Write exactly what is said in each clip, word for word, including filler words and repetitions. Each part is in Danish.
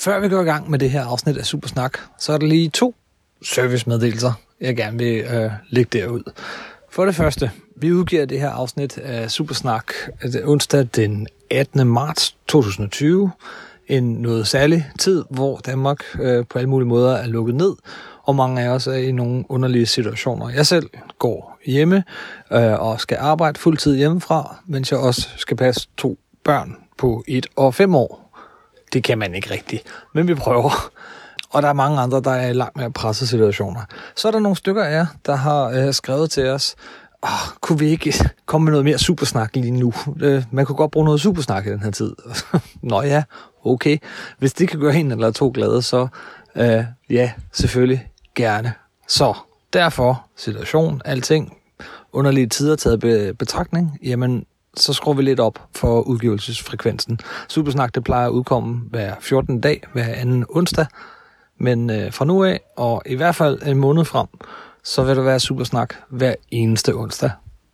Før vi går i gang med det her afsnit af Supersnak, så er der lige to servicemeddelelser, jeg gerne vil øh, lægge derud. For det første, vi udgiver det her afsnit af Supersnak onsdag den attende marts to tusind og tyve. En noget særlig tid, hvor Danmark øh, på alle mulige måder er lukket ned, og mange af os er i nogle underlige situationer. Jeg selv går hjemme øh, og skal arbejde fuldtid hjemmefra, mens jeg også skal passe to børn på et og fem år. Det kan man ikke rigtigt, men vi prøver. Og der er mange andre, der er i langt mere pressede situationer. Så er der nogle stykker af jer, der har øh, skrevet til os, oh, kunne vi ikke komme med noget mere supersnak lige nu? Øh, man kunne godt bruge noget supersnak i den her tid. Nå ja, okay. Hvis det kan gøre en eller to glade, så øh, ja, selvfølgelig gerne. Så derfor, situation, alting, underlige tider taget be- betragtning, jamen så skruer vi lidt op for udgivelsesfrekvensen. Supersnak, det plejer at udkomme hver fjortende dag, hver anden onsdag. Men øh, fra nu af, og i hvert fald en måned frem, så vil der være Supersnak hver eneste onsdag.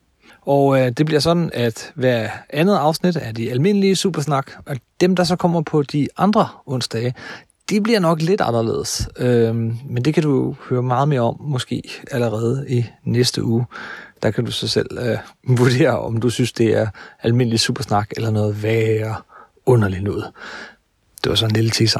Og øh, det bliver sådan, at hver andet afsnit er de almindelige Supersnak, og dem, der så kommer på de andre onsdage, de bliver nok lidt anderledes. Øh, men det kan du høre meget mere om, måske allerede i næste uge. Der kan du så selv øh, vurdere, om du synes, det er almindelig Supersnak, eller noget værre underligt noget. Det var sådan en lille teaser.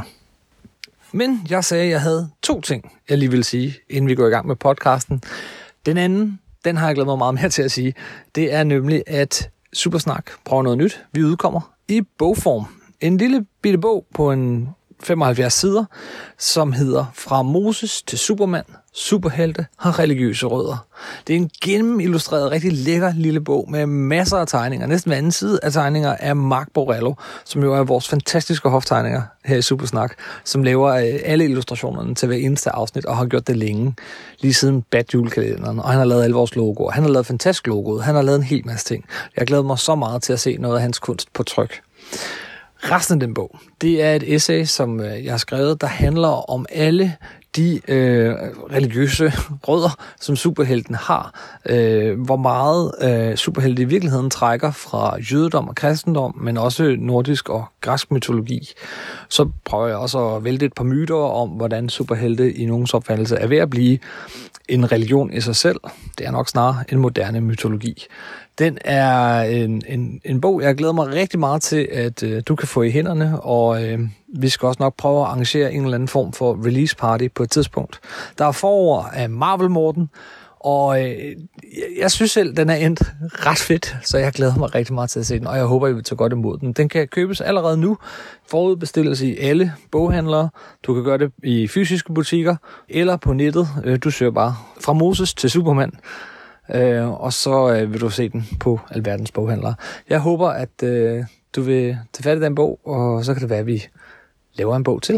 Men jeg sagde, at jeg havde to ting, jeg lige vil sige, inden vi går i gang med podcasten. Den anden, den har jeg glædet mig meget mere til at sige. Det er nemlig, at Supersnak prøver noget nyt. Vi udkommer i bogform. En lille bitte bog på en femoghalvfjerds sider, som hedder Fra Moses til Superman. Superhelte har religiøse rødder. Det er en gennemillustreret, rigtig lækker lille bog med masser af tegninger. Næsten hver anden side af tegninger er Mark Borello, som jo er vores fantastiske hoftegninger her i Supersnak, som laver alle illustrationerne til hver eneste afsnit og har gjort det længe, lige siden Bat julekalenderen. Og han har lavet alle vores logoer. Han har lavet fantastisk logoet. Han har lavet en hel masse ting. Jeg glæder mig så meget til at se noget af hans kunst på tryk. Resten af den bog, det er et essay, som jeg har skrevet, der handler om alle de øh, religiøse rødder, som superhelten har. Øh, hvor meget øh, superhelte i virkeligheden trækker fra jødedom og kristendom, men også nordisk og græsk mytologi. Så prøver jeg også at vælte et par myter om, hvordan superhelte i nogens opfattelse er ved at blive en religion i sig selv. Det er nok snarere en moderne mytologi. Den er en, en, en bog, jeg glæder mig rigtig meget til, at øh, du kan få i hænderne, og øh, vi skal også nok prøve at arrangere en eller anden form for release party på et tidspunkt. Der er forord af Marvel Morten, og øh, jeg synes selv, den er endt ret fedt, så jeg glæder mig rigtig meget til at se den, og jeg håber, I vil tage godt imod den. Den kan købes allerede nu, forudbestilles i alle boghandlere. Du kan gøre det i fysiske butikker, eller på nettet. Du søger bare Fra Moses til Superman. Øh, og så øh, vil du se den på alverdens boghandlere. Jeg håber, at øh, du vil tage fat i den bog, og så kan det være, at vi laver en bog til.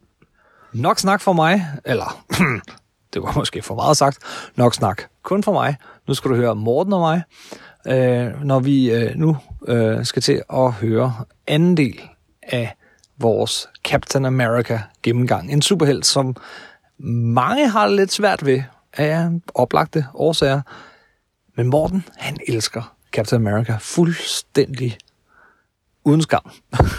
Nok snak for mig, eller det var måske for meget sagt, nok snak kun for mig. Nu skal du høre Morten og mig, øh, når vi øh, nu øh, skal til at høre anden del af vores Captain America gennemgang. En superhelt, som mange har lidt svært ved af oplagte årsager. Men Morten, han elsker Captain America fuldstændig uden skam.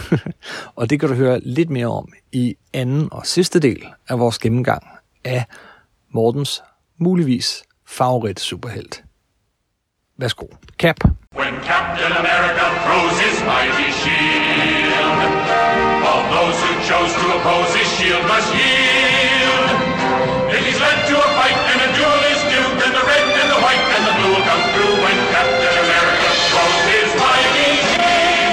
Og det kan du høre lidt mere om i anden og sidste del af vores gennemgang af Mortens muligvis favorit superhelt. Værsgo. Cap. When Captain America throws his mighty shield, all those who chose to oppose his shield must yield. If he's led to a fight and a duel is due, then the red and the white and the blue will come through when Captain America throws his mighty shield.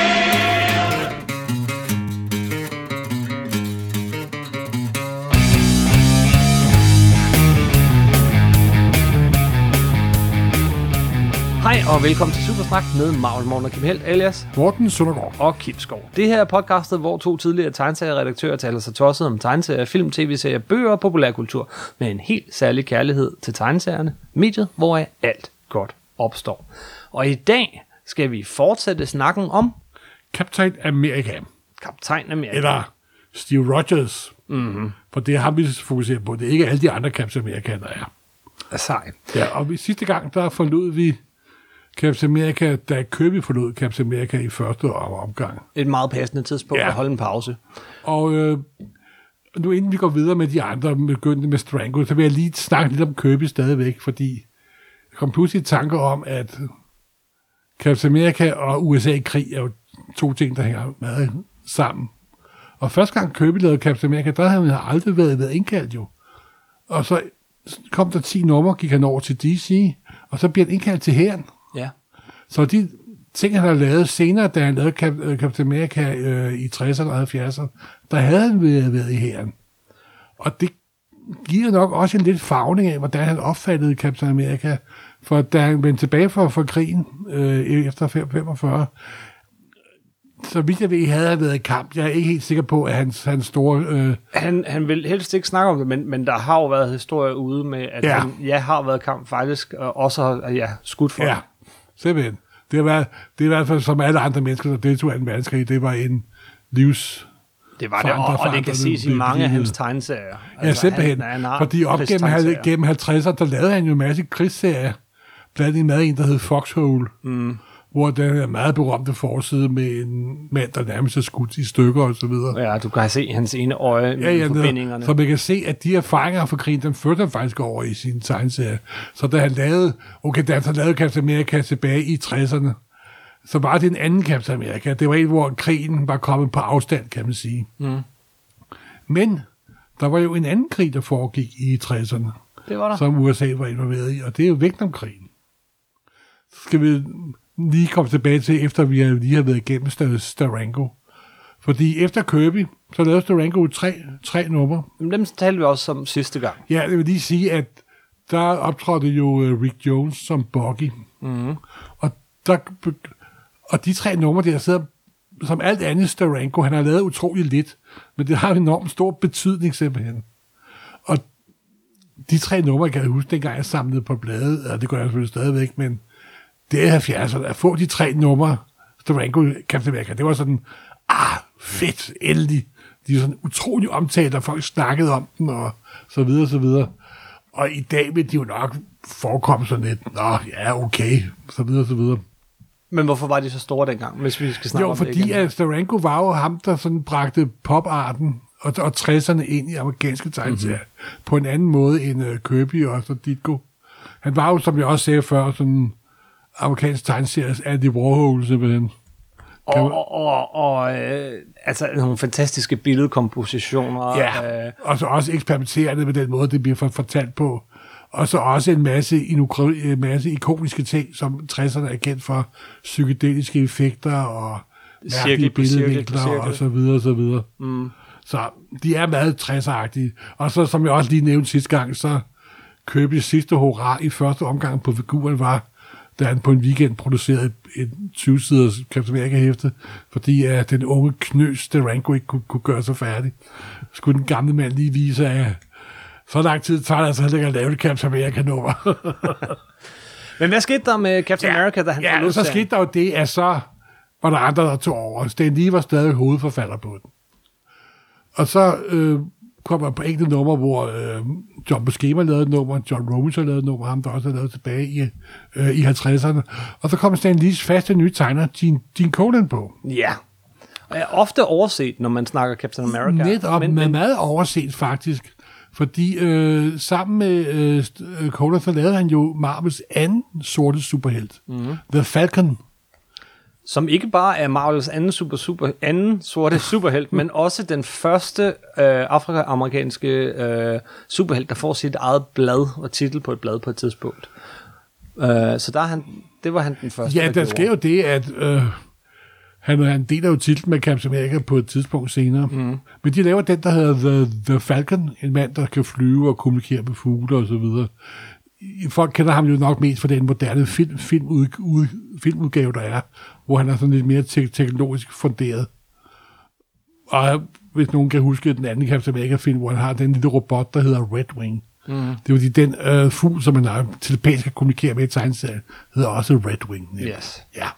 Hej og velkommen til Supersnak med Marvel Morten og Kim Helt, alias Morten Søndergaard og Kim Skov. Det her er podcastet, hvor to tidligere tegneserieredaktører taler sig tosset om tegneserier, film, tv-serier, bøger og populærkultur med en helt særlig kærlighed til tegneserierne, mediet, hvor alt godt opstår. Og i dag skal vi fortsætte snakken om Captain America. Kaptajn Amerika. Eller Steve Rogers. Mm-hmm. For det har vi fokuseret på. Det er ikke alle de andre Captain America, der er. Er sej. Ja, og vi, sidste gang, der forlod vi Captain America, da Kirby forlod Captain America i første omgang. Et meget passende tidspunkt Ja. at holde en pause. Og øh, nu inden vi går videre med de andre, begyndte med Strango, så vil jeg lige snakke lidt om Kirby stadigvæk, fordi jeg kom pludselig i tanker om, at Captain America og U S A i krig er jo to ting, der hænger meget sammen. Og første gang Kirby lavede Captain America, der havde han aldrig været, været indkaldt jo. Og så kom der ti numre, gik han over til D C, og så bliver han indkaldt til hæren. Ja. Så de ting, han har lavet senere, da han lavede Cap- Captain America øh, i tresserne og halvfjerdserne, der havde han været, været i hæren. Og det giver nok også en lidt farvning af, hvordan han opfattede Captain America. For da han vendte tilbage fra, fra krigen øh, efter femogfyrre, så vidt jeg ved, havde han været i kamp. Jeg er ikke helt sikker på, at hans, hans store... Øh... Han, han vil helst ikke snakke om det, men, men der har jo været historier ude med, at ja. han ja, har været i kamp faktisk, og også har ja, skudt for. Ja, simpelthen. Det var, det er i hvert fald som alle andre mennesker, der deltog i anden verdenskrig. Det var en livs... Det var det, og, og det kan ses i mange af hans tegneserier. Ja, altså, simpelthen. Han, han fordi op gennem, gennem halvtredserne, der lavede han jo en masse krigsserier. Blandt andet en, der hed Foxhole. Mm. Hvor den er meget berømte forside med en mand, der nærmest er skudt i stykker og så videre. Ja, du kan se hans ene øje med ja, ja, forbindingerne. Så man kan se, at de erfaringer fra krigen, den førte han faktisk over i sin tegneserie. Så da han lavede, okay, da han lavede Captain America tilbage i tresserne, så var det en anden Captain America. Det var en, hvor krigen var kommet på afstand, kan man sige. Mm. Men der var jo en anden krig, der foregik i tresserne. Det var der. Som U S A var involveret i, og det er jo Vietnamkrigen. Så skal vi lige komme tilbage til, efter vi lige har været igennem Steranko. Fordi efter Kirby, så lavede Steranko tre, tre numre. Men dem talte vi også om sidste gang. Ja, det vil lige sige, at der optrådte jo Rick Jones som Buggy. Mm-hmm. Og, der, og de tre numre, der sidder som alt andet Steranko, han har lavet utrolig lidt, men det har en enormt stor betydning simpelthen. Og de tre numre, kan jeg huske, dengang jeg samlede på bladet, og det gør jeg selvfølgelig stadigvæk, men det er halvfjerdserne, at få de tre numre, Steranko, Captain America, det var sådan, ah, fedt, endelig. De er sådan utrolig omtalt, og folk snakkede om den, og så videre, så videre. Og i dag vil de jo nok forekomme sådan lidt, nå, ja, okay, så videre, så videre. Men hvorfor var de så store dengang, hvis vi skal snakke jo, om det igen? Jo, fordi at Steranko var jo ham, der sådan bragte poparten og, og tresserne ind i amerikanske tegneserier, mm-hmm. på en anden måde end uh, Kirby og så Ditko. Han var jo, som jeg også sagde før, sådan amerikansk tegneserie af de Warhol, simpelthen. Og, og, og, og øh, altså nogle fantastiske billedkompositioner. Ja, øh. og så også eksperimenterende med den måde, det bliver fortalt på. Og så også en masse, en masse ikoniske ting, som tresserne er kendt for. Psykedeliske effekter og mærkelige billedvinkler og så videre og så videre. Mm. Så de er meget tresseragtige. Og så, som jeg også lige nævnte sidste gang, så Kirby's sidste hurra i første omgang på figuren var, da han på en weekend producerede et tyve-siders Captain America-hæfte, fordi at den unge knøs Steranko ikke kunne, kunne gøre sig færdig. Skulle den gamle mand lige vise, at så lang tid tager det altså heller ikke at lave et Captain America-nummer. Men hvad skete der med Captain ja, America, da han ja, så skete der jo det, at så var der andre, der tog over. Stan Lee var stadig hovedforfatter på den. Og så øh, kom der på enkelte nummer, hvor øh, John Buscema lavede et nummer, John Romita lavede et nummer, ham der også har lavet tilbage i, øh, i halvtredserne. Og så kom Stan Lees faste nye tegner, Gene, Gene Colan på. Ja, og er ofte overset, når man snakker Captain America. Netop, men, men meget overset faktisk. Fordi øh, sammen med øh, Colan, så lavede han jo Marvels anden sorte superhelt. Mm-hmm. The Falcon. Som ikke bare er Marvels anden, super, super, anden sorte superhelt, men også den første øh, afroamerikanske øh, superhelt, der får sit eget blad og titel på et blad på et tidspunkt. Øh, så der er han, det var han den første. Ja, der, der sker jo det, at øh, han, han deler jo titlen med Captain America på et tidspunkt senere. Mm. Men de laver den, der hedder The, The Falcon, en mand, der kan flyve og kommunikere med fugle og så videre. Folk kender ham jo nok mest for den moderne film, film ud, ud, filmudgave, der er, hvor han er sådan lidt mere te- teknologisk funderet. Og hvis nogen kan huske den anden Captain America-film, hvor han har den lille robot, der hedder Red Wing. Mm. Det er jo den øh, fugl, som man har telepatisk kan kommunikere med i tegneserien, hedder også Red Wing. Yes. Ja.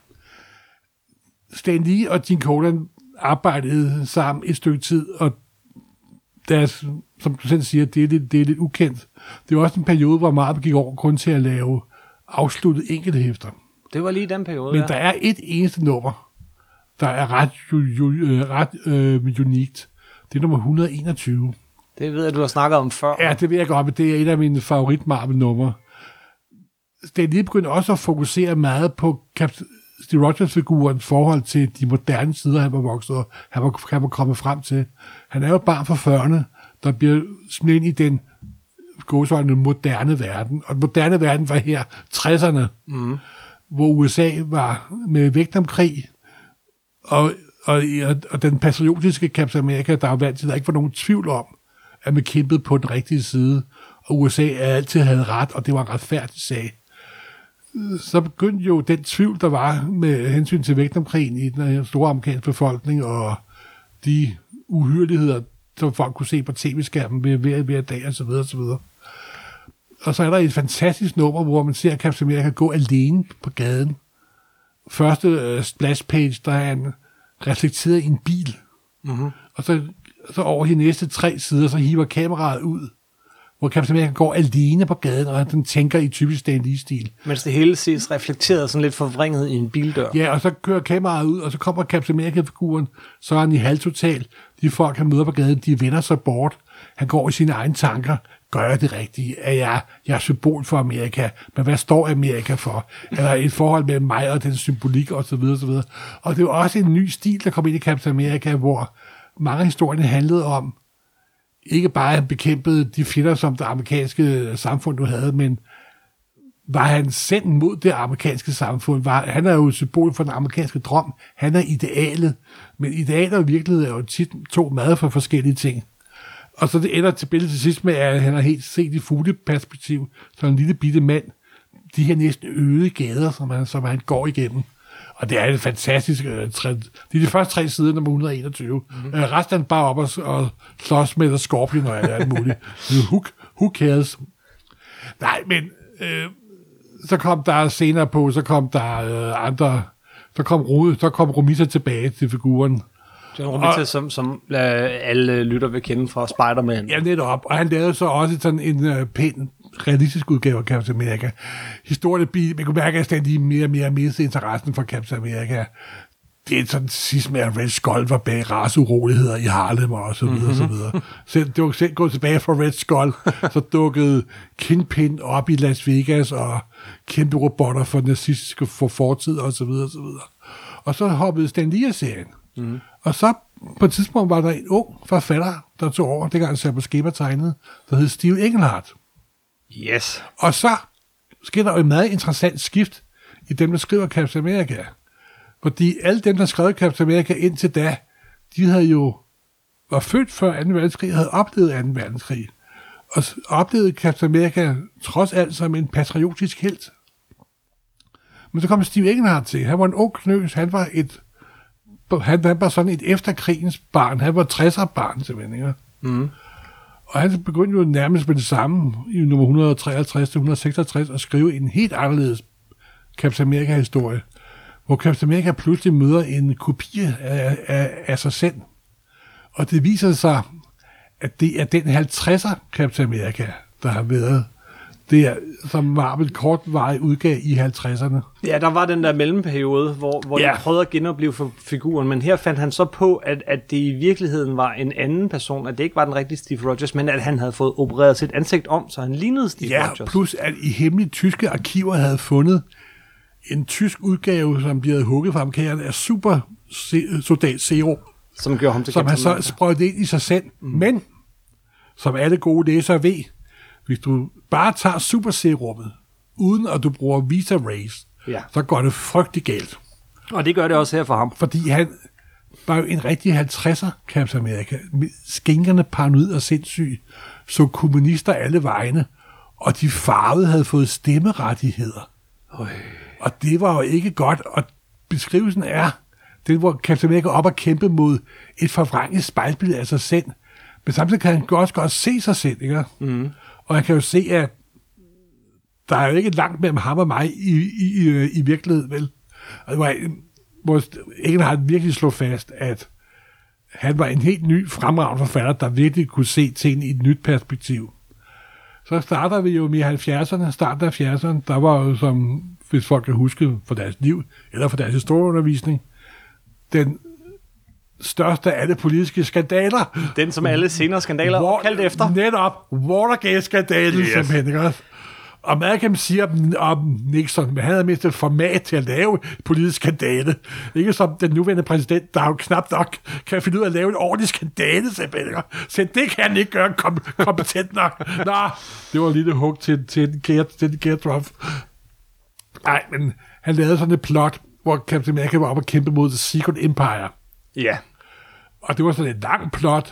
Stan Lee og Gene Colan arbejdede sammen et stykke tid, og deres, som du selv siger, det er lidt, det er lidt ukendt. Det var også en periode, hvor meget gik over kun til at lave afsluttet enkelte hæfter. Det var lige den periode, Men ja. der er et eneste nummer, der er ret, ju, ju, ret øh, unikt. Det er nummer et hundrede og enogtyve. Det ved jeg, du har snakket om før. Ja, det ved jeg godt, men det er et af mine favorit Marvel-numre. Det er lige begyndt også at fokusere meget på Cap- Steve Rogers-figurens forhold til de moderne sider, han var vokset og han var, han var kommet frem til. Han er jo et barn fra fyrrerne, der bliver smidt ind i den gåsøjne moderne verden. Og den moderne verden var her tresserne, mm. hvor U S A var med Vietnamkrig, og, og, og den patriotiske Captain America, der var vant til, der ikke var nogen tvivl om, at man kæmpede på den rigtige side, og U S A altid havde ret, og det var en retfærdig sag. Så begyndte jo den tvivl, der var med hensyn til Vietnamkrigen i den store amerikanske befolkning, og de uhyreligheder, som folk kunne se på tv-skærmen ved hver, hver dag, og så videre, og så videre. Og så er der et fantastisk nummer, hvor man ser Captain America gå alene på gaden. Første uh, splash page, der er han reflekteret i en bil. Mm-hmm. Og så, så over de næste tre sider, så hiver kameraet ud, hvor Captain America går alene på gaden, og han tænker i typisk Stan Lee-stil. Mens det hele ses reflekteret, sådan lidt forvrænget i en bildør. Ja, og så kører kameraet ud, og så kommer Captain America-figuren, så er han i halvtotal. De folk, han møder på gaden, de vender sig bort. Han går i sine egne tanker. Gør jeg det rigtige? Er jeg, jeg er symbol for Amerika? Men hvad står Amerika for? Er der et forhold mellem mig og den symbolik, og så videre, og så videre. Og det er jo også en ny stil, der kom ind i Captain America, hvor mange historier handlede om, ikke bare at han bekæmpede de fjender, som det amerikanske samfund nu havde, men var han sendt mod det amerikanske samfund. Var, han er jo symbol for den amerikanske drøm. Han er idealet. Men idealet og virkelighed er jo tit to meget for forskellige ting. Og så det ender til billedet til sidst med, at han har helt set i fugleperspektiv, så en lille bitte mand, de her næsten øde gader, som han, som han går igennem. Og det er et fantastisk øh, træ. Det er de første tre sider, nummer et hundrede og enogtyve. Mm-hmm. Øh, resten bare op og, og slås med et skorpion og alt muligt. who, who cares? Nej, men øh, så kom der senere på, så kom der øh, andre, så kom, så kom Romita tilbage til figuren. John Romita, og, som, som øh, alle lytter vil kende fra Spider-Man. Ja, netop. Og han lavede så også sådan en øh, pæn, realistisk udgave af Captain America. Historien, man kunne mærke, at Stan mere og mere mistede interessen for Captain America. Det er sådan sidst med, at Red Skull var bag raceuroligheder i Harlem og så videre, mm-hmm. så videre. Så det var selv gået tilbage fra Red Skull, så dukkede Kingpin op i Las Vegas og kæmpe robotter for nazistiske for fortid og så videre, og så videre. Og så hoppede Stan Lee af serien. Mm. Og så på et tidspunkt var der en ung forfatter, der tog over, det gang han sad på skemategnet, der hed Steve Englehart. Yes. Og så sker der jo et meget interessant skift i dem, der skriver Captain America. Fordi alle dem, der skrev Captain America indtil da, de havde jo var født før anden verdenskrig, havde oplevet anden verdenskrig. Og oplevede Captain America trods alt som en patriotisk helt. Men så kom Steve Englehart til. Han var en ung knøs, han var et Han, han var sådan et efterkrigens barn. Han var tresser barn, simpelthen. Mm. Og han begyndte jo nærmest med det samme i nummer et hundrede og treoghalvtreds til et hundrede og seksoghalvtreds at skrive en helt anderledes Captain America-historie, hvor Captain America pludselig møder en kopi af, af, af sig selv. Og det viser sig, at det er den halvtredser Captain America, der har været det er, som Marvel kortvarigt udgav i halvtredserne. Ja, der var den der mellemperiode, hvor, hvor ja. de prøvede at genopleve figuren, men her fandt han så på, at, at det i virkeligheden var en anden person, at det ikke var den rigtige Steve Rogers, men at han havde fået opereret sit ansigt om, så han lignede Steve ja, Rogers. Ja, plus at i hemmelige tyske arkiver havde fundet en tysk udgave, som de havde hugget fra amerikanerne, af super soldat Zero, som gjorde ham til som han så sprøjtede ind i sig selv. Mm. Men, som alle gode læsere ved, hvis du bare tager Super Serummet, uden at du bruger Vita Rays, ja. så går det frygtelig galt. Og det gør det også her for ham. Fordi han var jo en rigtig halvtredser, Captain America. Skænkerne paranoid og sindssyg, så kommunister alle vegne, og de farvede havde fået stemmerettigheder. Øj. Og det var jo ikke godt, og beskrivelsen er, det hvor Captain America op og kæmpe mod et forvrænget spejlbillede af sig selv, men samtidig kan han også godt se sig selv, ikke? Mm. Og jeg kan jo se, at der er jo ikke langt mellem ham og mig i, i, i, i virkeligheden, vel? Og det var, hvor Engelhardt virkelig slog fast, at han var en helt ny, fremragende forfatter, der virkelig kunne se tingene i et nyt perspektiv. Så starter vi jo i halvfjerdserne, starten af halvfjerdserne, der var jo, som hvis folk kan huske for deres liv, eller for deres historieundervisning, den største af alle politiske skandaler. Den, som alle senere skandaler War- kaldt efter. Netop, Watergate-skandalen, yes. simpelthen, ikke også? Og Malcolm siger om Nixon, men han havde mindst et format til at lave politisk skandale. Ikke som den nuværende præsident, der jo knap nok kan finde ud af at lave en ordentlig skandale, simpelthen. Så det kan han ikke gøre kom- kompetent nok. Nå, det var lige det hug til, til den kære, til den kære Trump. Nej, men han lavede sådan et plot, hvor Captain America var op og kæmpe mod The Secret Empire. Ja. Og det var sådan et langt plot,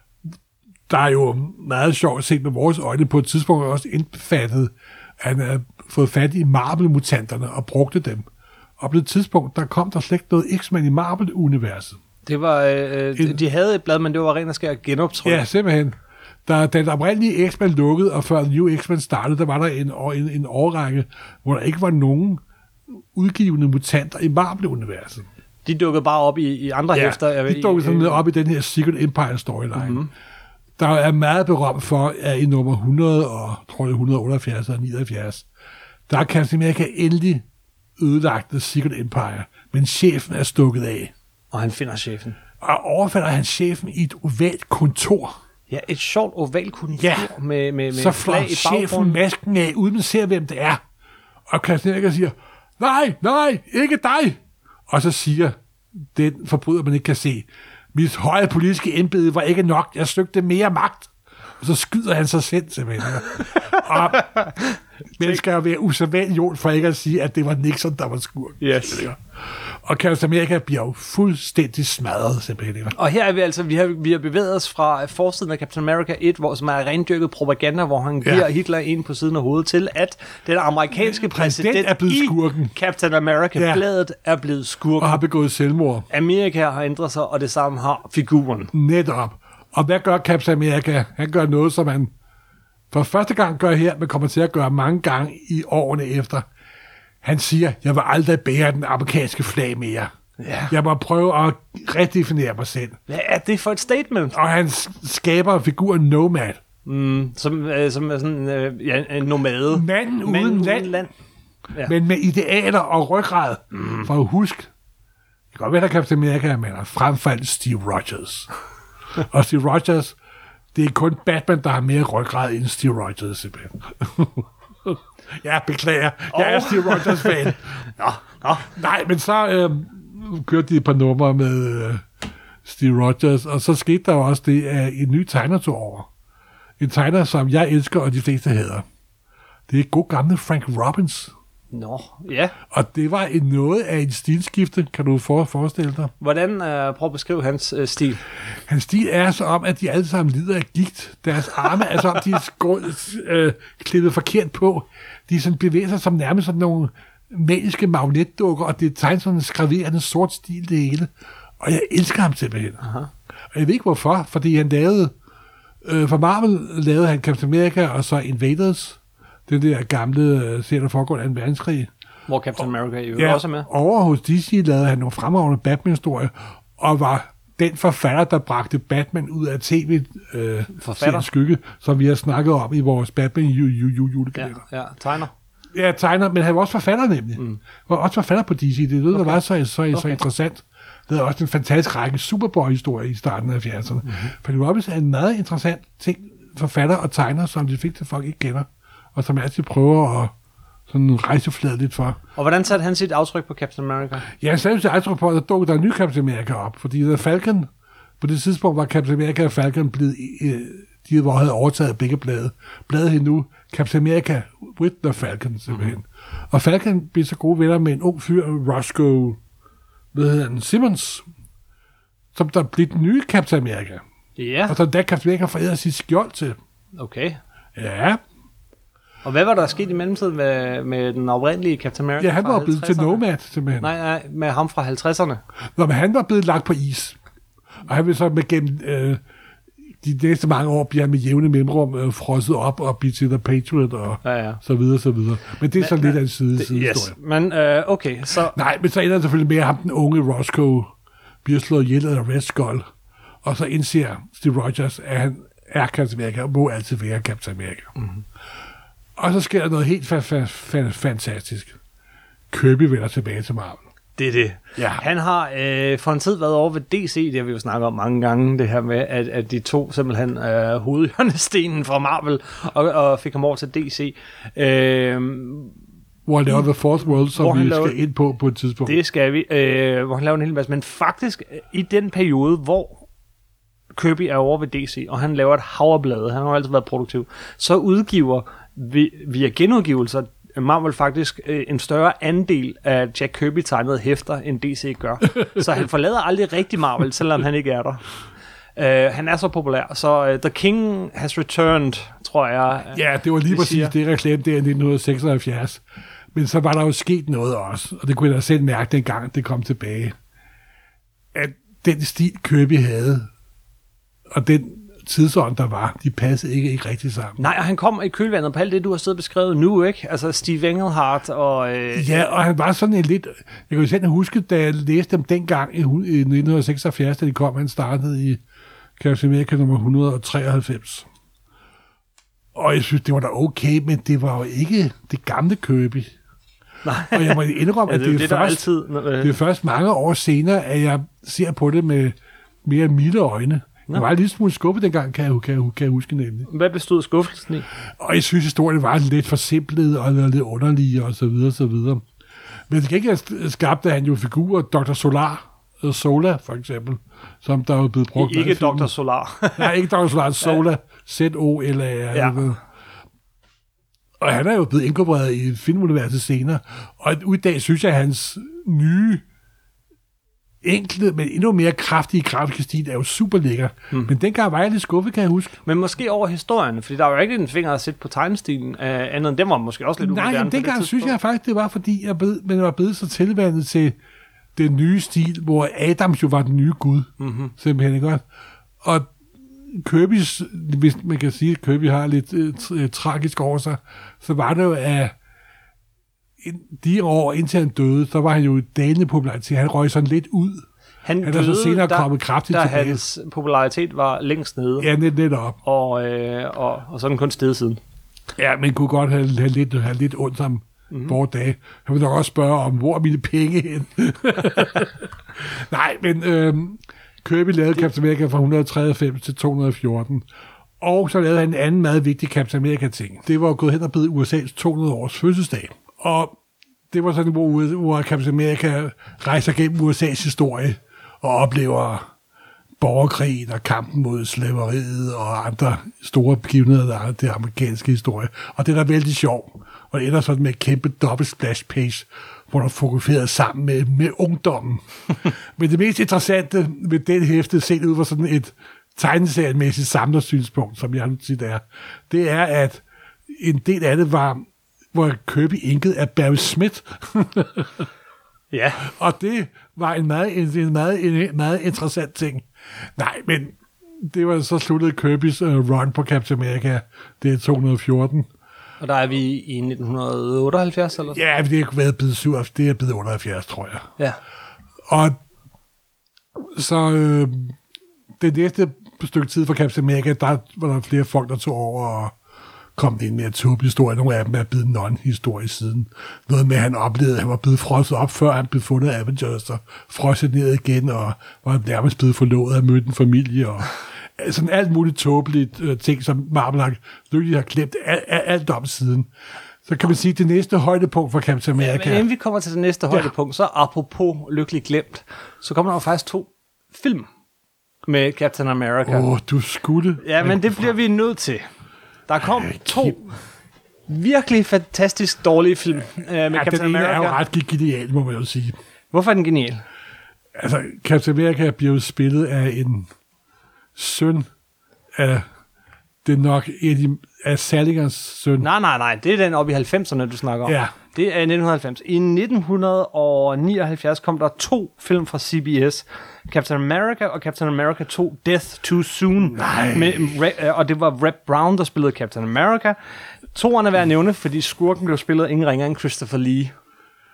der er jo meget sjovt set med vores øjne på et tidspunkt også indfattet, at han havde fået fat i Marvel-mutanterne og brugte dem. Og på et tidspunkt, der kom der slet ikke noget X-Men i Marvel-universet. Det var, øh, en, de havde et blad, men det var rent og skær genoptryk. Ja, simpelthen. Da den oprindelige X-Men lukkede, og før New X-Men startede, der var der en, en, en årrække, hvor der ikke var nogen udgivende mutanter i Marvel-universet. De dukkede bare op i, i andre ja, hæfter. de dukkede sådan op i den her Secret Empire storyline. Mm-hmm. Der er meget berømt for, at i nummer hundrede og tror jeg, et hundrede og otteoghalvfjerds og nioghalvfjerds, der er Captain America endelig ødelagt The Secret Empire, men chefen er stukket af. Og han finder chefen. Og overfalder han chefen i et ovalt kontor. Ja, et sjovt ovalt kontor ja. med, med, med så flag i chefen baggrunden. masken af, uden at se, hvem det er. Og Captain America siger, nej, nej, ikke dig. Og så siger den forbryder, man ikke kan se, mit høje politiske embede var ikke nok, jeg søgte mere magt. Og så skyder han sig selv, simpelthen. Og man skal jo være usædvanlig jord for ikke at sige, at det var Nixon, der var skurk. Yes. Og Captain America bliver jo fuldstændig smadret, simpelthen. Og her er vi altså, vi har, vi har bevæget os fra forsiden af Captain America et, hvor, som er rendyrket propaganda, hvor han giver ja. Hitler en på siden af hovedet til, at den amerikanske præsident, præsident er blevet i skurken. Captain America-bladet ja. er blevet skurken. Og har begået selvmord. Amerika har ændret sig, og det samme har figuren. Netop. Og hvad gør Captain America? Han gør noget, som han for første gang gør her, men kommer til at gøre mange gange i årene efter. Han siger, jeg vil aldrig bære den amerikanske flag mere. Ja. Jeg må prøve at redefinere mig selv. Hvad er det for et statement? Og han skaber figuren Nomad. Mm, som, øh, som er sådan øh, ja, en nomade. Manden uden, uden land. land. Ja. Men med idealer og ryggrad. Mm. For at huske, det kan godt være, at Captain America, men har fremfaldt Steve Rogers. Og Steve Rogers, det er kun Batman, der har mere ryggrad end Steve Rogers, simpelthen. Ja, beklager. Jeg oh. er Steve Rogers-fan. Nå, nå. Nej, men så øh, kørte de et par numre med øh, Steve Rogers, og så skete der også det, at en ny tegner tog over. En tegner, som jeg elsker, og de fleste hader. Det er god gamle Frank Robbins. Nå, ja. Og det var en noget af en stilskifte, kan du for, forestille dig. Hvordan, øh, prøv at beskrive hans øh, stil. Hans stil er så om, at de alle sammen lider af gigt. Deres arme er så om, de er skål, øh, klippet forkert på. De sådan bevæger sig som nærmest sådan nogle magiske magnetdukker, og det er tegnet sådan en skraverende sort stil, det hele. Og jeg elsker ham simpelthen. Aha. Og jeg ved ikke hvorfor, fordi han lavede, øh, for Marvel lavede han Captain America, og så Invaders, den der gamle serie, der foregår af en verdenskrig. Hvor Captain America jo ja, også er med. Over hos D C lavede han nogle fremragende Batman-historier, og var den forfatter, der bragte Batman ud af tv-serien øh, Skygge, som vi har snakket om i vores Batman julekalender. Ja, ja, tegner. Ja, tegner, men han var også forfatter nemlig. Mm. var også forfatter på D C. Det lød, okay. der var så, så, okay. så interessant. Det er også en fantastisk række Superboy-historie i starten af halvfjerdserne. Mm-hmm. For Robbins er en meget interessant ting, forfatter og tegner, som de fik til folk ikke kender, og som altid prøver at sådan rejseflade lidt for. Og hvordan satte han sit aftryk på Captain America? Ja, han satte sit aftryk på, at der dukkede der en ny Captain America op, fordi der Falcon, på det tidspunkt var Captain America og Falcon blevet, de havde overtaget begge blade. Bladet hed nu Captain America with the Falcon, simpelthen. Mm-hmm. Og Falcon blev så gode venner med en ung fyr, Roscoe, hvad hedder han, Simmons, som der blev den nye Captain America. Ja. Yeah. Og så da Captain America forærede sit skjold til. Okay. Ja. Og hvad var der sket i mellemtiden med, med den oprindelige Captain America? Ja, han var blevet til Nomad, simpelthen. Nej, nej, med ham fra halvtredserne. Nå, men han var blevet lagt på is. Og han vil så med gennem øh, de næste mange år bliver han med jævne mellemrum øh, frosset op og blive til The Patriot og ja, ja. så videre, så videre. Men det er men, så lidt af en side, sidehistorie. Yes. Men øh, okay, så... Nej, men så ender det selvfølgelig med, at ham den unge Roscoe bliver slået ihjel af Red Skull. Og så indser Steve Rogers, at han er Captain America og må altid være Captain America. Mm-hmm. Og så sker der noget helt fa- fa- fa- fantastisk. Kirby vender tilbage til Marvel. Det er det. Ja. Han har øh, for en tid været over ved D C, det har vi jo snakket om mange gange, det her med, at, at de tog simpelthen øh, hovedhjørnestenen fra Marvel og, og fik ham over til D C. Øh, hvor han laver The Fourth World, som vi laver, skal ind på på et tidspunkt. Det skal vi, øh, hvor han laver en hel masse. Men faktisk, i den periode, hvor Kirby er over ved D C, og han laver et hav han har altid været produktiv, så udgiver vi, via genudgivelser Marvel faktisk øh, en større andel af Jack Kirby-tegnede hæfter, end D C gør. Så han forlader aldrig rigtig Marvel, selvom han ikke er der. Uh, han er så populær, så uh, The King has returned, tror jeg. Ja, det var lige det præcis siger. det reklame der i nitten seksoghalvfjerds. Men så var der jo sket noget også, og det kunne jeg da selv mærke dengang, det kom tilbage. At den stil Kirby havde, og den tidsånd, der var, de passede ikke, ikke rigtig sammen. Nej, og han kom i kølvandet på alt det, du har siddet beskrevet nu, ikke? Altså Steve Englehart og... Øh, ja, og han var sådan en lidt... Jeg kan jo selv huske, da jeg læste dem dengang i nitten seksoghalvfjerds, da de kom, han startede i Captain America nummer et hundrede og treoghalvfems. Og jeg synes, det var da okay, men det var jo ikke det gamle Kirby. Nej. Og jeg må indrømme, at ja, det, det, det, det, er først, altid, det er først mange år senere, at jeg ser på det med mere milde øjne. Jeg var en lille smule skuffet dengang, kan jeg, kan, jeg, kan jeg huske nemlig. Hvad bestod skuffelsen i? Og jeg synes, historien var lidt forsimplet og lidt underlig og så videre, så videre. Men det ikke skabte han jo figurer, doktor Solar, Sola for eksempel, som der er blevet brugt. I, ikke doktor Solar. Nej, ikke doktor Solar, Sola, Z O L A R. Ja. Og han er jo blevet inkorporeret i filmuniverset senere. Og i dag synes jeg, at hans nye, enkle, men endnu mere kraftige grafiske stil er jo super lækker. Hmm. Men dengang var jeg lidt skuffet, kan jeg huske. Men måske over historien, fordi der var jo ikke en finger at sætte på tegnestilen, uh, andet end den var måske også lidt umoderne. Nej, men dengang det synes jeg faktisk, det var, fordi jeg, blev, men jeg var blevet så tilvandet til den nye stil, hvor Adams jo var den nye gud. Mm-hmm. Simpelthen, ikke godt? Og Kirby's, hvis man kan sige, at Kirby har lidt uh, tragisk over sig, så var det jo, at de år indtil han døde, så var han jo i dalende popularitet. Han røg sådan lidt ud. Han, han døde, er så senere der, kommet kraftigt der tilbage. Hans popularitet var længst nede. Ja, net, net op. Og, øh, og, og så er den kun steget siden. Ja, men kunne godt have, have, lidt, have lidt ondt om mm-hmm. vores dage. Jeg vil nok også spørge om, hvor er mine penge hen? Nej, men øh, Kirby lavede Captain America fra et hundrede og treoghalvfems til to hundrede og fjorten. Og så lavede han en anden meget vigtig Captain America-ting. Det var gået hen og blevet U S A's to hundrede års fødselsdag. Og det var sådan, hvor, hvor Captain America rejser gennem U S A's historie og oplever borgerkrigen og kampen mod slaveriet og andre store begivenheder, der er det amerikanske historie. Og det er da vældig sjov. Og det ender sådan med et kæmpe dobbelt splash page, hvor der er fokuseret sammen med, med ungdommen. Men det mest interessante ved den hæfte, set ud fra sådan et tegneseriemæssigt samlersynspunkt, som jeg nu siger, er, det er, at en del af det var, hvor Kirby inkede af Barry Smith. Ja. Og det var en meget, en, en, meget, en meget interessant ting. Nej, men det var så sluttet Kirby's uh, run på Captain America. Det er to hundrede og fjorten. Og der er vi i nitten otteoghalvfjerds, eller Ja, det er været blevet syv, det er blevet otteoghalvfjerds, tror jeg. Ja. Og så øh, det næste stykke tid for Captain America, der var der flere folk, der tog over og kom ind med at tube historie. Nogle af dem er blevet non-historie siden. Noget med, at han oplevede, at han var blevet frosset op, før han blev fundet af Avengers, og frosset ned igen, og var nærmest blevet forlovet af mødt en familie, og sådan alt muligt tåbeligt uh, ting, som Marvel har lykkeligt har glemt alt, alt om siden. Så kan man sige, at det næste højdepunkt for Captain America... Ja, men inden vi kommer til det næste højdepunkt, så apropos lykkeligt glemt, så kommer der jo faktisk to film med Captain America. Åh, oh, du skulle... Ja, men det bliver vi nødt til. Der kom to virkelig fantastisk dårlige film øh, med ja, Captain den America. Den er jo ret genial, må man jo sige. Hvorfor er den genial? Altså, Captain America bliver jo spillet af en søn af det nok en af, af Salingers søn. Nej, nej, nej. Det er den oppe i halvfemserne, du snakker om. Ja. Det er i nitten halvfems. I nitten nioghalvfjerds kom der to film fra C B S. Captain America og Captain America to Death Too Soon. Nej. Med, og det var Reb Brown, der spillede Captain America. Toerne er værd at nævne, fordi skurken blev spillet ingen ringer end Christopher Lee.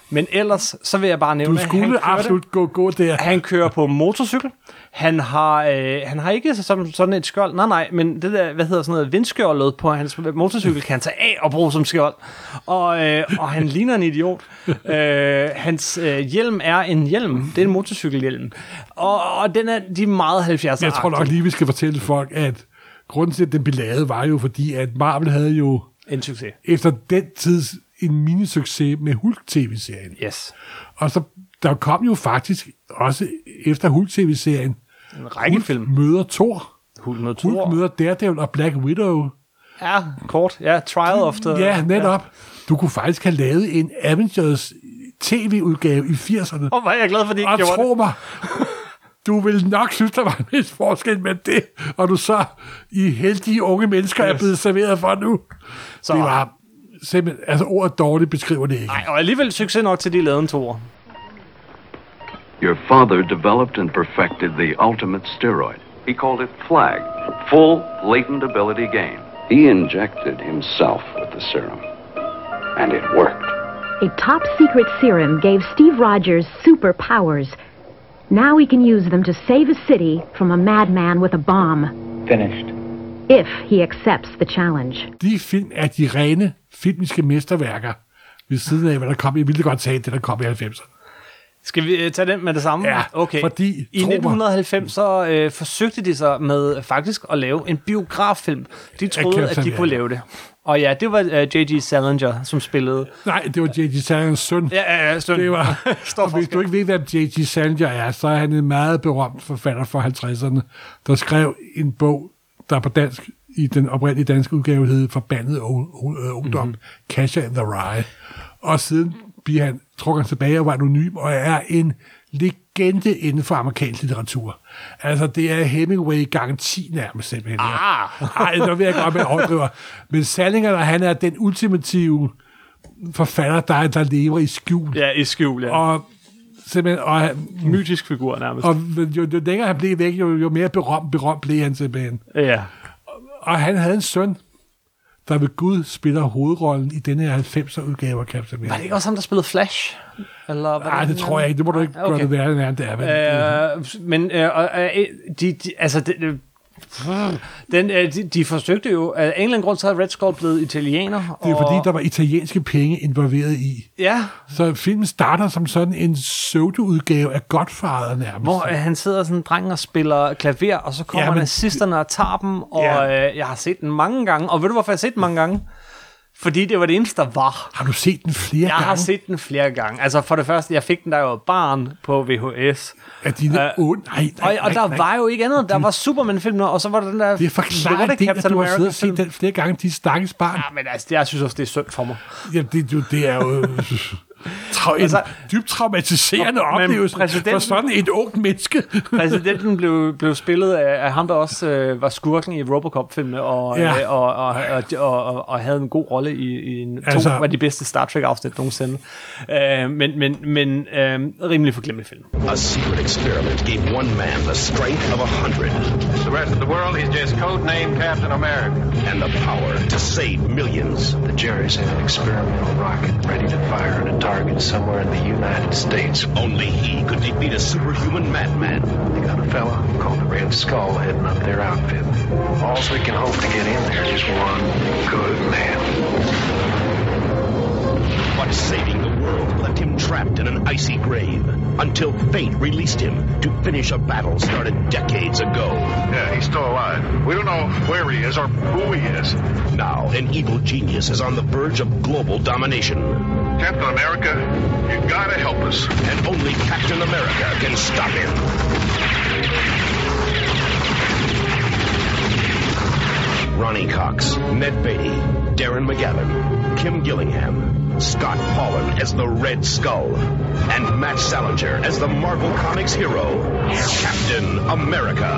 Men ellers, så vil jeg bare nævne, Du skulle absolut gå, gå der. Han kører på motorcykel. Han har, øh, han har ikke sådan, sådan et skjold. Nej, nej, men det der, hvad hedder sådan noget, vindskjoldet på hans motorcykel, kan han tage af og bruge som skjold. Og, øh, og han ligner en idiot. øh, hans øh, hjelm er en hjelm. Det er en motorcykelhjelm. Og, og den er, de er meget halvfjerdser. Jeg tror nok lige, vi skal fortælle folk, at grunden til, at den blev lavet, var jo fordi, at Marvel havde jo en succes. Efter den tids en mini-succes med Hulk-tv-serien. Yes. Og så der kom jo faktisk også efter Hulk-tv-serien en række Hulk film. møder Thor. Hulk møder Thor. Hulk møder Daredevil og Black Widow. Ja, kort. Ja, Trial of the... Ja, netop. Ja. Du kunne faktisk have lavet en Avengers tv-udgave i firserne. Åh, oh, hvor er jeg glad for, de ikke og gjorde tro mig, du vil nok synes, der var en vis forskel med det, og du så i heldige unge mennesker yes. er blevet serveret for nu. Så det var simpelthen, altså ordet dårligt beskriver det ikke. Nej, og alligevel succes nok til de lavede en toer. Your father developed and perfected the ultimate steroid. He called it FLAG, full latent ability gain. He injected himself with the serum, and it worked. A top-secret serum gave Steve Rogers superpowers. Now he can use them to save a city from a madman with a bomb. Finished. If he accepts the challenge. De film er de rene filmiske mesterværker, ved siden af, hvad der kom. Jeg ville godt tage det, der kom i halvfemserne. Skal vi tage den med det samme? Ja, okay. fordi... I nitten halvfems så øh, forsøgte de sig med faktisk at lave en biograffilm. De troede, at de kunne lave det. Og ja, det var uh, J G Salinger, som spillede... Nej, det var J G Salingers søn. Ja, ja, ja, søn. Det var... og hvis du ikke ved, hvem J G Salinger er, så er han en meget berømt forfatter fra halvtredserne, der skrev en bog, der på dansk, i den oprindelige danske udgave, hed Forbandet Ungdom, mm-hmm. Kasha and the Rye. Og siden bliver han trukket tilbage og var anonym, og er en legende inden for amerikansk litteratur. Altså, det er Hemingway gange ti nærmest simpelthen. Ah! Ej, der vil jeg godt med overdriver. Men Salinger, han er den ultimative forfatter, der, der lever i skjul. Ja, i skjul, ja. Og simpelthen... Og, mytisk figur nærmest. Og jo, jo længere han blev væk, jo, jo mere berømt, berømt blev han simpelthen. Ja. Og, og han havde en søn, der ved Gud spiller hovedrollen i denne halvfemser udgave af Captain America. Var det ikke også ham, der spillede Flash? Eller, Nej, det tror jeg ikke. Det må du ikke okay. gøre det værre, end det er. Øh, men øh, øh, de, de, altså, de, den, øh, de, de forsøgte jo, af en eller anden grund, så er Red Skull blevet italiener. Det er og... fordi, der var italienske penge involveret i. Ja. Så filmen starter som sådan en pseudo-udgave af Godfather nærmest. Hvor øh, han sidder sådan en dreng og spiller klaver, og så kommer ja, men... nazisterne og tager dem, og ja. øh, jeg har set den mange gange. Og ved du, hvorfor jeg har set den mange gange? Fordi det var det eneste, der var. Har du set den flere jeg gange? Jeg har set den flere gange. Altså for det første, jeg fik den, da jeg var barn på V H S. Er dine uh, oh, nej, nej, og, og der nej, var jo ikke andet. Der var Superman-filmer, og så var der den der... Det er forklaret det, at du har siddet og set den flere gange, de stakkels barn. Ja, men altså, jeg synes også, det er synd for mig. Ja, det, det er jo... Tra- en altså, dybt traumatiserende oplevelse for sådan et ungt menneske. Præsidenten blev, blev spillet af, af ham, der også øh, var skurken i Robocop-filmene, og, ja. øh, og, og, og, og, og, og havde en god rolle i, i en, altså, to af de bedste Star Trek-afsnit nogensinde. Øh, men men, men øh, rimelig forglemmelig film. A secret experiment gave one man the strength of a hundred. The rest of the world, he's just codenamed Captain America. And the power to save millions. The Jerry's had an experimental rocket ready to fire at a target somewhere in the United States. Only he could defeat a superhuman madman. They got a fella called the Red Skull heading up their outfit. All we can hope to get in there is one good man. But saving the world left him trapped in an icy grave until fate released him to finish a battle started decades ago. Yeah, he's still alive. We don't know where he is or who he is. Now, an evil genius is on the verge of global domination. Captain America, you gotta help us. And only Captain America can stop him. Ronnie Cox, Ned Beatty, Darren McGavin, Kim Gillingham, Scott Paulin as the Red Skull, and Matt Salinger as the Marvel Comics hero, Captain America.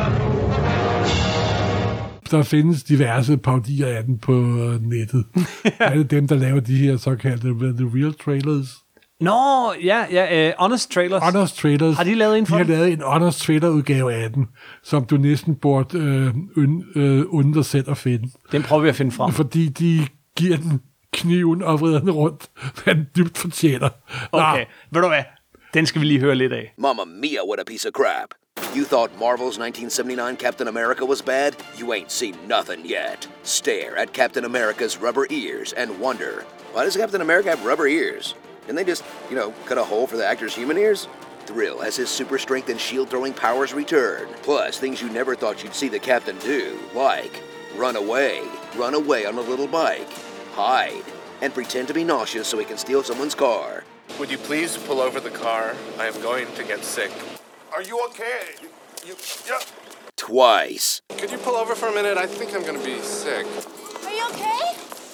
Der findes diverse parodier af den på nettet. Er det dem, der laver de her såkaldte The Real Trailers? Nå, ja, ja, uh, Honest Trailers. Honest Trailers. Har de lavet en for De har lavet en Honest Trailer-udgave af den, som du næsten burde øh, und, øh, undre selv at finde. Den prøver vi at finde frem. Fordi de giver den kniven og vrider den rundt, hvad den dybt fortjener. Okay, ved du hvad? Den skal vi lige høre lidt af. Mamma mia, what a piece of crap. You thought Marvel's nineteen seventy-nine Captain America was bad? You ain't seen nothing yet. Stare at Captain America's rubber ears and wonder, why does Captain America have rubber ears? Didn't they just, you know, cut a hole for the actor's human ears? Thrill as his super strength and shield-throwing powers return. Plus, things you never thought you'd see the Captain do, like run away, run away on a little bike, hide, and pretend to be nauseous so he can steal someone's car. Would you please pull over the car? I am going to get sick. Are you okay? You, yeah. Twice. Could you pull over for a minute? I think I'm going to be sick. Are you okay?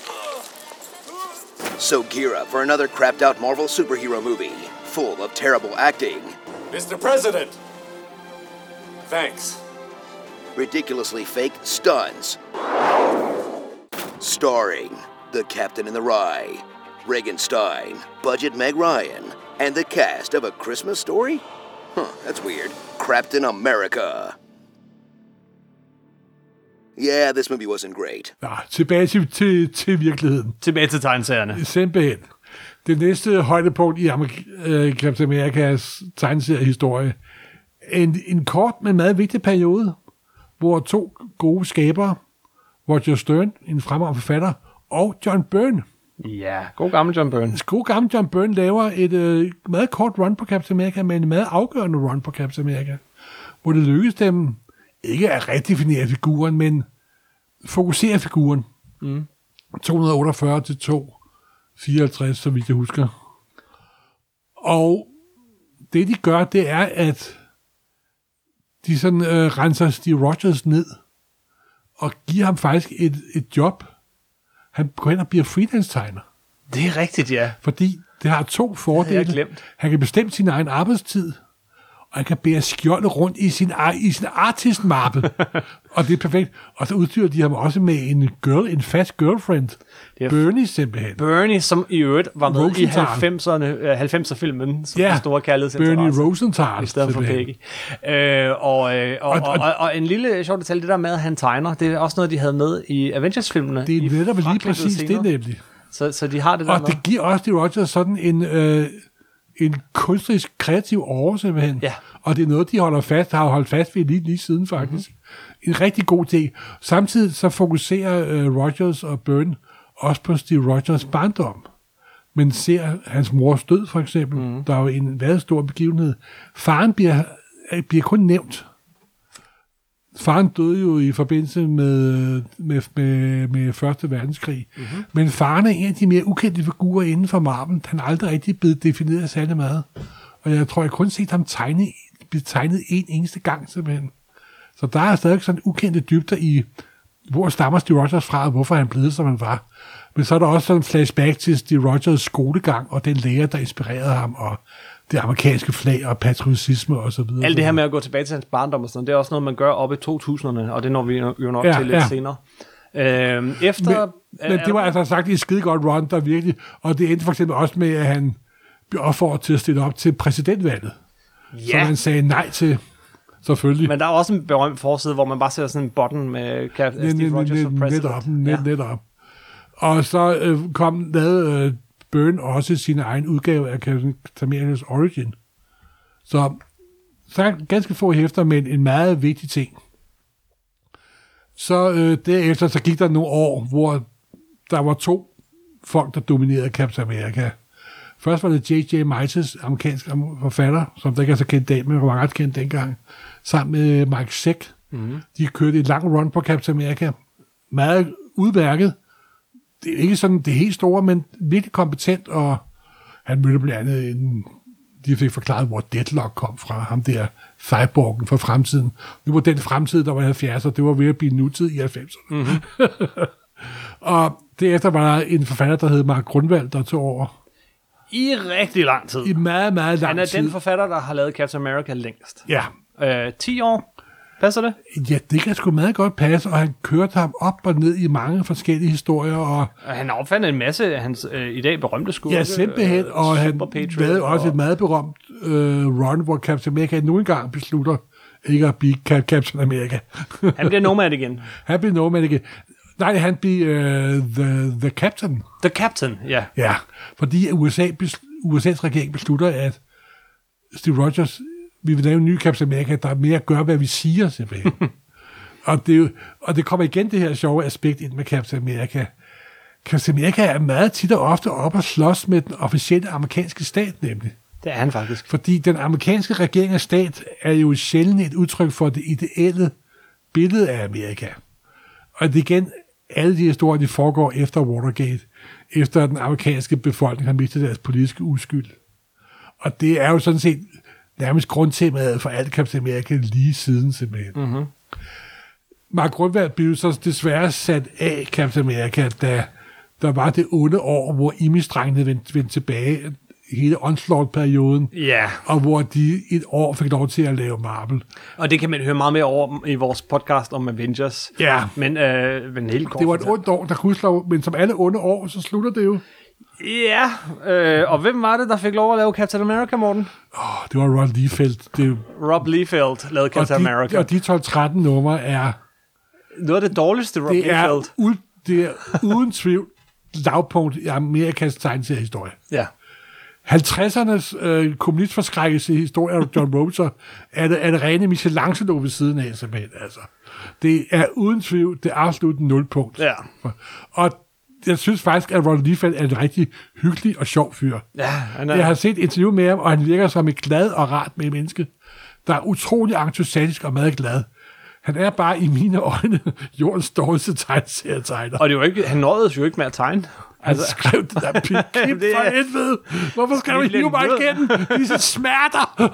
So gear up for another crapped-out Marvel superhero movie, full of terrible acting. Mister President! Thanks. Ridiculously fake stunts. Starring the Captain in the Rye, Reagan Stein, Budget Meg Ryan, and the cast of A Christmas Story? Huh, that's weird. Captain America. Yeah, this movie wasn't great. Nå, tilbage til, til, til virkeligheden. Tilbage til tegneserierne. Simpelthen. Det næste højdepunkt i Amerik- øh, Captain Amerikas tegneseriehistorie. En, en kort, men meget vigtig periode, hvor to gode skabere, Roger Stern, en fremragende forfatter, og John Byrne. Ja, god gammel John Byrne. God gammel John Byrne laver et øh, meget kort run på Captain America, men en meget afgørende run på Captain America, hvor det lykkedes dem ikke at redefinere figuren, men fokusere figuren. Mm. to hundrede otteogfyrre til to hundrede fireoghalvtreds, så vidt jeg husker. Og det, de gør, det er, at de sådan øh, renser Steve Rogers ned og giver ham faktisk et, et job. Han går hen og bliver freelance-tegner. Det er rigtigt, ja. Fordi det har to fordele. Jeg glemt. Han kan bestemme sin egen arbejdstid, og han kan bære skjoldet rundt i sin, i sin artist-mappe. Og det er perfekt. Og så udstyrer de ham også med en girl, en fast girlfriend. Er Bernie simpelthen. Bernie, som i øvrigt var med Rosenthal. i halvfemserne, halvfemser-filmen, som Ja, den store kærlighed. Bernie Rosenthal. I stedet for Peggy. Øh, og, øh, og, og, og, og, og en lille sjov detalje, det der med, at han tegner, det er også noget, de havde med i Avengers-filmene. Det er netop lige præcis senere. det nemlig. Så, så de har det der Og med. det giver også de Rogers sådan en, øh, en kunstnerisk kreativ åre simpelthen. Ja. Og det er noget, de holder fast, har holdt fast ved lige, lige siden faktisk. Mm-hmm. En rigtig god idé. Samtidig så fokuserer øh, Rogers og Byrne også på Steve Rogers barndom. Men ser hans mors død for eksempel. Mm. Der er jo en meget stor begivenhed. Faren bliver, bliver kun nævnt. Faren døde jo i forbindelse med, med, med, med Første Verdenskrig. Mm-hmm. Men faren er en af de mere ukendte figurer inden for Marvel. Han er aldrig rigtig blevet defineret særlig meget. Og jeg tror, jeg kun set ham tegne, blive tegnet en eneste gang simpelthen. Så der er stadig sådan ukendte dybder i, hvor stammer Steve Rogers fra, og hvorfor han er blevet, som han var. Men så er der også sådan en flashback til Steve Rogers skolegang, og den lærer, der inspirerede ham, og det amerikanske flag, og patriotisme, og så videre. Alt det her med at gå tilbage til hans barndom og sådan noget, det er også noget, man gør op i to tusinderne, og det når vi jo nok Ja, til lidt ja. senere. Øhm, efter... Men, men det var altså sagt et skide godt run, der virkelig, og det endte for eksempel også med, at han blev opfordret til at stille op til præsidentvalget. Ja. Så han sagde nej til, selvfølgelig. Men der er også en berømt forside, hvor man bare ser sådan en button med Cap- Net- Steve net- Rogers net- som president. Netop, net, netop. Og så øh, kom lavede øh, Byrne også sin egen udgave af Captain America's Origin. Så, så ganske få hæfter, men en meget vigtig ting. Så øh, derefter så gik der nogle år, hvor der var to folk, der dominerede Captain America. Først var det J J Mites, amerikansk forfatter, som der ikke er så kendt dag, men var ret kendt dengang, sammen med Mike Zeck. Mm. De kørte et langt run på Captain America. Meget udmærket. Det er ikke sådan det helt store, men virkelig kompetent, og han mødte blandt andet en, de fik forklaret, hvor Deadlock kom fra, ham der Cyborgen fra fremtiden. Nu var den fremtid, der var i halvfjerdserne, det var ved at blive nutid i halvfemserne. Mm-hmm. Og derefter var der en forfatter, der hed Mark Grunwald, der tog over. I rigtig lang tid. I meget, meget lang tid. Han er tid. Den forfatter, der har lavet Captain America længst. Ja. Øh, ti år. Passer det? Ja, det kan sgu meget godt passe, og han kørte ham op og ned i mange forskellige historier. Og, og han opfandt en masse af hans øh, i dag berømte skurke. Ja, simpelthen, øh, og han lavede også og... et meget berømt øh, run, hvor Captain America nu engang beslutter ikke at blive Captain America. Han bliver Nomad igen. Han bliver Nomad igen. Nej, han bliver uh, the, the Captain. The Captain, ja. Ja, fordi U S A, U S A's regering beslutter, at Steve Rogers, vi vil lave en ny Captain America, der er mere at gøre, hvad vi siger, simpelthen. og, det, og det kommer igen det her sjove aspekt ind med Captain America. Captain America er meget tit og ofte op og slås med den officielle amerikanske stat, nemlig. Det er han faktisk. Fordi den amerikanske regering og stat er jo sjældent et udtryk for det ideelle billede af Amerika. Og det igen, alle de historier, de foregår efter Watergate, efter at den amerikanske befolkning har mistet deres politiske uskyld. Og det er jo sådan set nærmest grundtemaet for alt Captain America lige siden, simpelthen. Mm-hmm. Mark Grundvald blev så desværre sat af Captain America, da der var det onde år, hvor image-drengene vendte, vendte tilbage, hele Onslaught-perioden, yeah. og hvor de et år fik lov til at lave Marvel. Og det kan man høre meget mere over i vores podcast om Avengers. Ja. Men, øh, men helt kort. Det var et ondt år, der kunne slå, men som alle onde år, så slutter det jo. Ja, øh, og hvem var det, der fik lov at lave Captain America, Morten? Oh, det var Rob Liefeld. Det, Rob Liefeld lavede Captain og de, America. Og de tolv tretten numre er... Noget af det dårligste, Rob det Liefeld. Er u- det er uden tvivl lavpunkt i Amerikas tegneseriehistorie. Ja. halvtredsernes øh, kommunistforskrækkelse i historien af John Romita er det, er det rene Michelangelo ved siden af, simpelthen. Altså. Det er uden tvivl det absolutte nulpunkt. Ja. Og jeg synes faktisk, at Ron Liefeld er en rigtig hyggelig og sjov fyr. Ja, han er... Jeg har set interview med ham, og han virker som et glad og rart med menneske, der er utrolig entusiastisk og meget glad. Han er bare i mine øjne jordens dårligste tegneserietegner. Og det var ikke, han nåede jo ikke med at tegne. Han altså, skrev det der pip for helvede. Hvorfor skal du hive mig igennem disse smerter?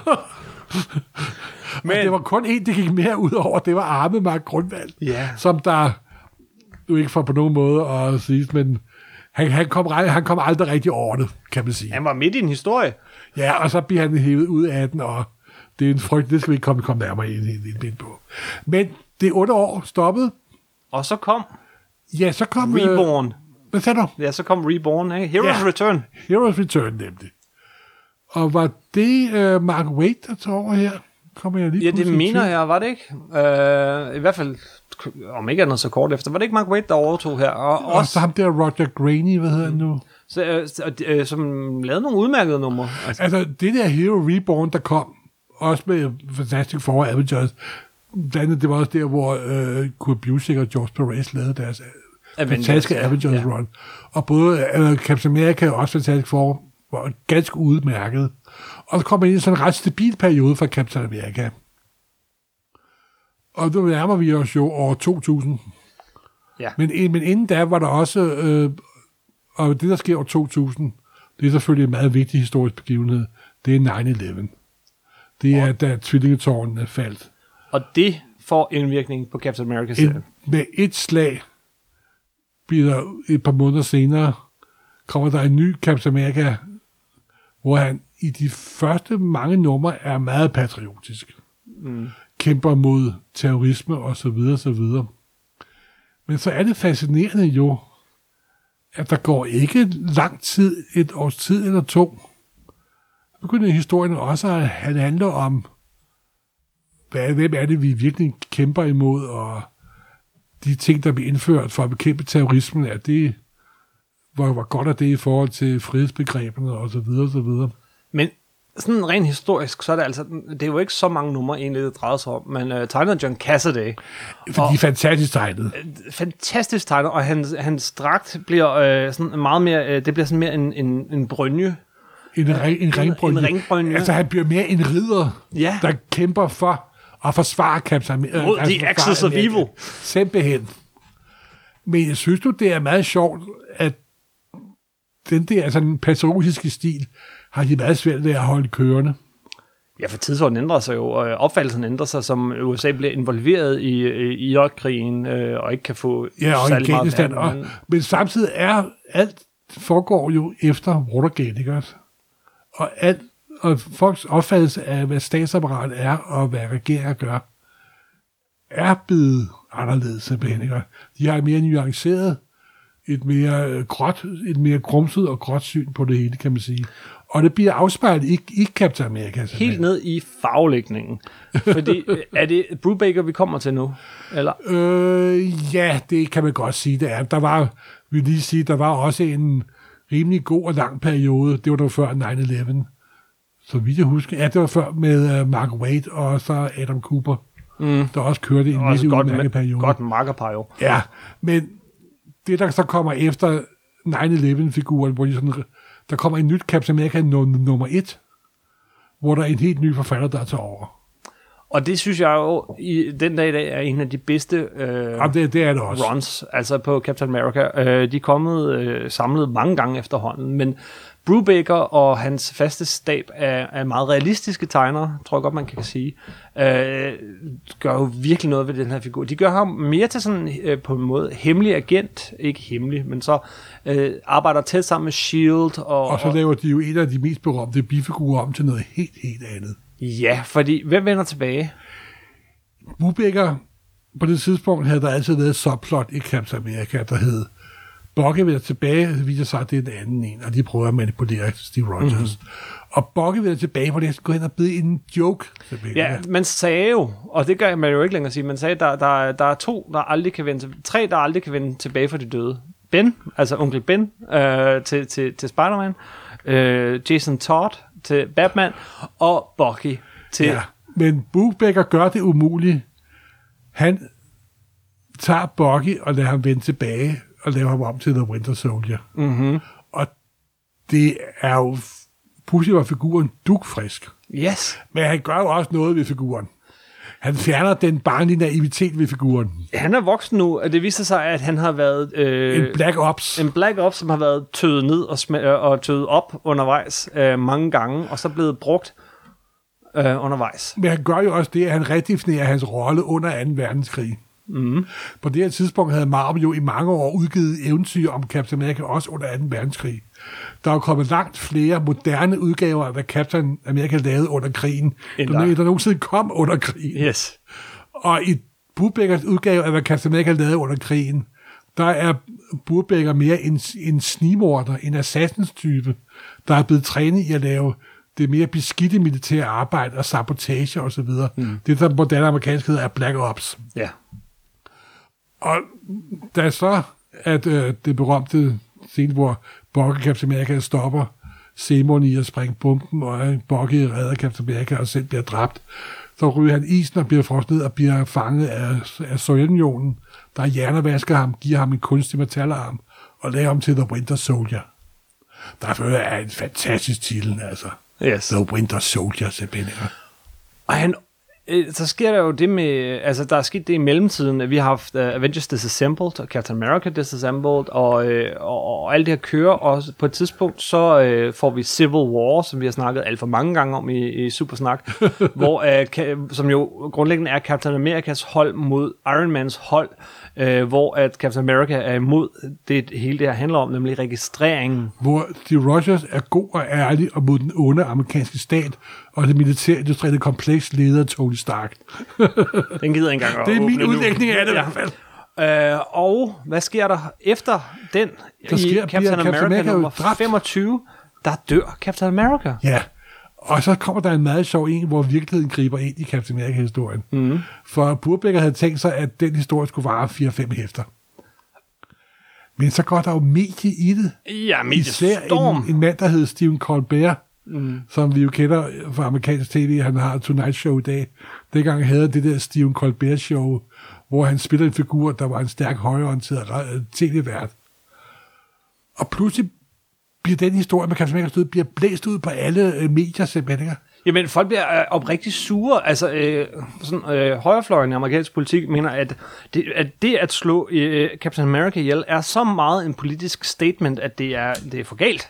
Men det var kun en, det gik mere ud over. Det var arme Mark Grundvald. Yeah. Som der, du ikke får på nogen måde at sige, men han, han, kom, han kom aldrig rigtig over det, kan man sige. Han var midt i en historie. Ja, og så bliver han hævet ud af den, og det er en frygt, det skal vi ikke komme, komme nærmere ind, ind, ind på. Men det otte år stoppede. Og så kom... Ja, så kom... Reborn. Øh, hvad sagde du? Ja, så kom Reborn, ikke? Heroes ja. Return. Heroes Return, nemlig. Og var det uh, Mark Waid, der tog over her? Kommer jeg lige ja, det mener jeg, var det ikke? Uh, I hvert fald, om ikke andet så kort efter. Var det ikke Mark Waid, der overtog her? Og, og også ham der Roger Graney, hvad hedder han nu? Så, uh, uh, som lavede nogle udmærkede numre. Altså. altså, det der Hero Reborn, der kom, også med Fantastic Four Avengers, blandt andet, det var også der, hvor uh, Kurt Busiek og George Perez lavede deres Avengers, fantastiske ja. Avengers ja. Run. Og både uh, Captain America og også Fantastic Four var ganske udmærket. Og så kom man ind i sådan en ret stabil periode for Captain America. Og nu nærmer vi os jo år to tusind. Ja. Men, men inden da var der også, øh, og det der sker år to tusind, det er selvfølgelig en meget vigtig historisk begivenhed, det er nine eleven. Det er, da tvillingetårnen er faldt. Og det får indvirkning på Captain America-serien. Med et slag, bliver der et par måneder senere, kommer der en ny Captain America, hvor han i de første mange numre er meget patriotisk. Mm. Kæmper mod terrorisme og så videre, så videre. Men så er det fascinerende jo, at der går ikke lang tid, et års tid eller to. Så begynder historien også at handle om, hvad, hvem er det, vi virkelig kæmper imod, og de ting, der bliver indført for at bekæmpe terrorismen, er det, hvor, hvor godt er det i forhold til frihedsbegreberne, og så videre, og så videre. Men sådan rent historisk, så er det altså, det er jo ikke så mange numre egentlig, det drejer sig om, men uh, tegner John Cassaday. For de er fantastisk tegnet. Uh, fantastisk tegnet, og hans, hans dragt bliver uh, sådan meget mere, uh, det bliver sådan mere en, en, en brynje. En, en, en ringbrynje. En ringbrynje. Altså han bliver mere en ridder, ja. der kæmper for at forsvare Captain America. Mod the axis of evil. Simpelthen. Men jeg synes du, det er meget sjovt, at den der altså, den patriotiske stil har de meget svært ved at holde kørende. Ja, for tidsånden ændrer sig jo, og opfattelsen ændrer sig, som U S A bliver involveret i, i Irak-krigen, øh, og ikke kan få ja, og særlig meget af og, men... men samtidig er alt foregår jo efter Watergate, ikke også? Og, alt, og folks opfattelse af, hvad statsapparatet er, og hvad regeringer gør, er blevet anderledes simpelthen, ikke? De har mere nuanceret, et mere gråt, et mere grumset og gråt syn på det hele, kan man sige. Og det bliver afspejlet i, i Captain America. Helt ned i farvelægningen. Fordi, er det Brubaker, vi kommer til nu? Eller? Øh, ja, det kan man godt sige, det er. Der var, vi lige sige, der var også en rimelig god og lang periode. Det var der før nine eleven. Så vidt jeg husker. Ja, det var før med uh, Mark Waid og så Adam Cooper. Mm. Der også kørte en vis udmærket periode. Godt makkerpar jo. Ja, men det, der så kommer efter nine eleven-figuren, hvor de sådan, der kommer en nyt Captain America nummer et, hvor der er en helt ny forfatter, der tager over. Og det synes jeg jo, i den dag i dag, er en af de bedste øh, Jamen, det, det er det også. runs, altså på Captain America. Øh, de er kommet øh, samlet mange gange efterhånden, men Brubaker og hans faste stab af, af meget realistiske tegnere, tror jeg godt, man kan sige, øh, gør jo virkelig noget ved den her figur. De gør ham mere til sådan øh, på en måde hemmelig agent, ikke hemmelig, men så øh, arbejder tæt sammen med S H I E L D. Og, og så laver de jo en af de mest berømte bifigurer om til noget helt, helt andet. Ja, fordi hvem vender tilbage? Brubaker, på det tidspunkt havde der altid været et subplot i Captain America, der hed Bucky vender tilbage, det viser sig, at det er den anden en, og de prøver at manipulere Steve Rogers. Mm-hmm. Og Bucky vender tilbage, hvor det går hen og blive en joke. Ja, man sagde jo, og det gør man jo ikke længere sige, man sagde, der, der, der er to, der aldrig kan vende tilbage, tre, der aldrig kan vende tilbage for de døde. Ben, altså onkel Ben, øh, til, til, til Spider-Man, øh, Jason Todd til Batman, og Bucky til... Ja, men Brubaker gør det umuligt. Han tager Bucky og lader ham vende tilbage, og laver ham om til The Winter Soldier. Mm-hmm. Og det er jo... Pludselig var figuren dugfrisk. Yes. Men han gør jo også noget ved figuren. Han fjerner den barnlige naivitet ved figuren. Han er voksen nu, og det viser sig, at han har været... Øh, en Black Ops. En Black Ops, som har været tøet ned og, sm- og tøet op undervejs øh, mange gange, og så blevet brugt øh, undervejs. Men han gør jo også det, at han redefinerer hans rolle under anden verdenskrig. Mm. På det her tidspunkt havde Marvel jo i mange år udgivet eventyr om Captain America, også under anden verdenskrig. Der er kommet langt flere moderne udgaver af, hvad Captain America lavede under krigen, end der, der nogensinde kom under krigen. Yes. Og i Brubakers udgave af, hvad Captain America lavede under krigen, der er Brubaker mere en, en snigmorder, en assassins-type, der er blevet trænet i at lave det mere beskidte militære arbejde og sabotage osv. Mm. Det, der moderne amerikansk hedder, er Black Ops. Ja. Yeah. Og da så, at øh, det berømte scene, hvor Bucky Captain America stopper Simon i at springe bomben, og Bucky redder Captain America og selv bliver dræbt, så ryger han isen og bliver frosset ned og bliver fanget af, af Sovjetunionen, der hjernevasker ham, giver ham en kunstig metalarm og laver ham til The Winter Soldier. Derfor er en fantastisk titel, altså. Yes. The Winter Soldier, simpelthen. Og han så sker der jo det med, altså der er sket det i mellemtiden, at vi har haft uh, Avengers Disassembled og Captain America Disassembled, og, øh, og, og alt det her kører, og på et tidspunkt så øh, får vi Civil War, som vi har snakket alt for mange gange om i, i Supersnak, hvor, øh, ka- som jo grundlæggende er Captain Americas hold mod Iron Mans hold, øh, hvor at Captain America er imod det hele det her handler om, nemlig registreringen. Hvor Steve Rogers er god og ærlig og mod den onde amerikanske stat, og det militærindustrielle kompleks leder Tony Stark. Den gider ikke engang. Det er min udlægning af det i hvert fald. Øh, og hvad sker der efter den? Der sker, i Captain America, America nummer femogtyve, der dør Captain America. Ja, og så kommer der en meget sjov en, hvor virkeligheden griber ind i Captain America-historien. Mm. For Brubaker havde tænkt sig, at den historie skulle vare fire fem hæfter. Men så går der jo medie i det. Ja, mediestorm. En, en mand, der hedder Stephen Colbert, Mm. som vi jo kender fra amerikansk tv, han har Tonight Show i dag. Dengang havde det der Stephen Colbert Show, hvor han spiller en figur, der var en stærk højreorienteret tv-vært. Og pludselig bliver den historie med Captain America bliver blæst ud på alle øh, medier simpelthen. Jamen, folk bliver øh, oprigtigt sure. Altså, øh, sådan, øh, højrefløjen i amerikansk politik mener, at det at, det at slå øh, Captain America ihjel er så meget en politisk statement, at det er, det er for galt.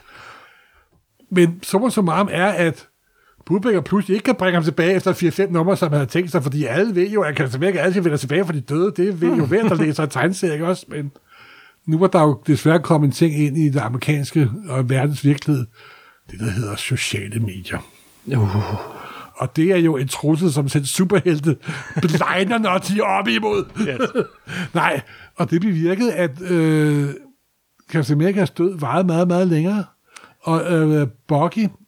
Men så så meget er, at Brubaker pludselig ikke kan bringe ham tilbage efter fire fem numre, som han havde tænkt sig, fordi alle ved jo, at Captain America altid vender tilbage for de døde. Det ved jo hver, der læser en tegneserie også. Men nu var der jo desværre kommet en ting ind i det amerikanske og verdens virkelighed. Det, der hedder sociale medier. Uh. Og det er jo en trussel, som selv superhelte blegner, når de er oppe imod. Yes. Nej, og det bevirkede, at øh, Captain Americas død varede meget, meget længere. Og øh, Bucky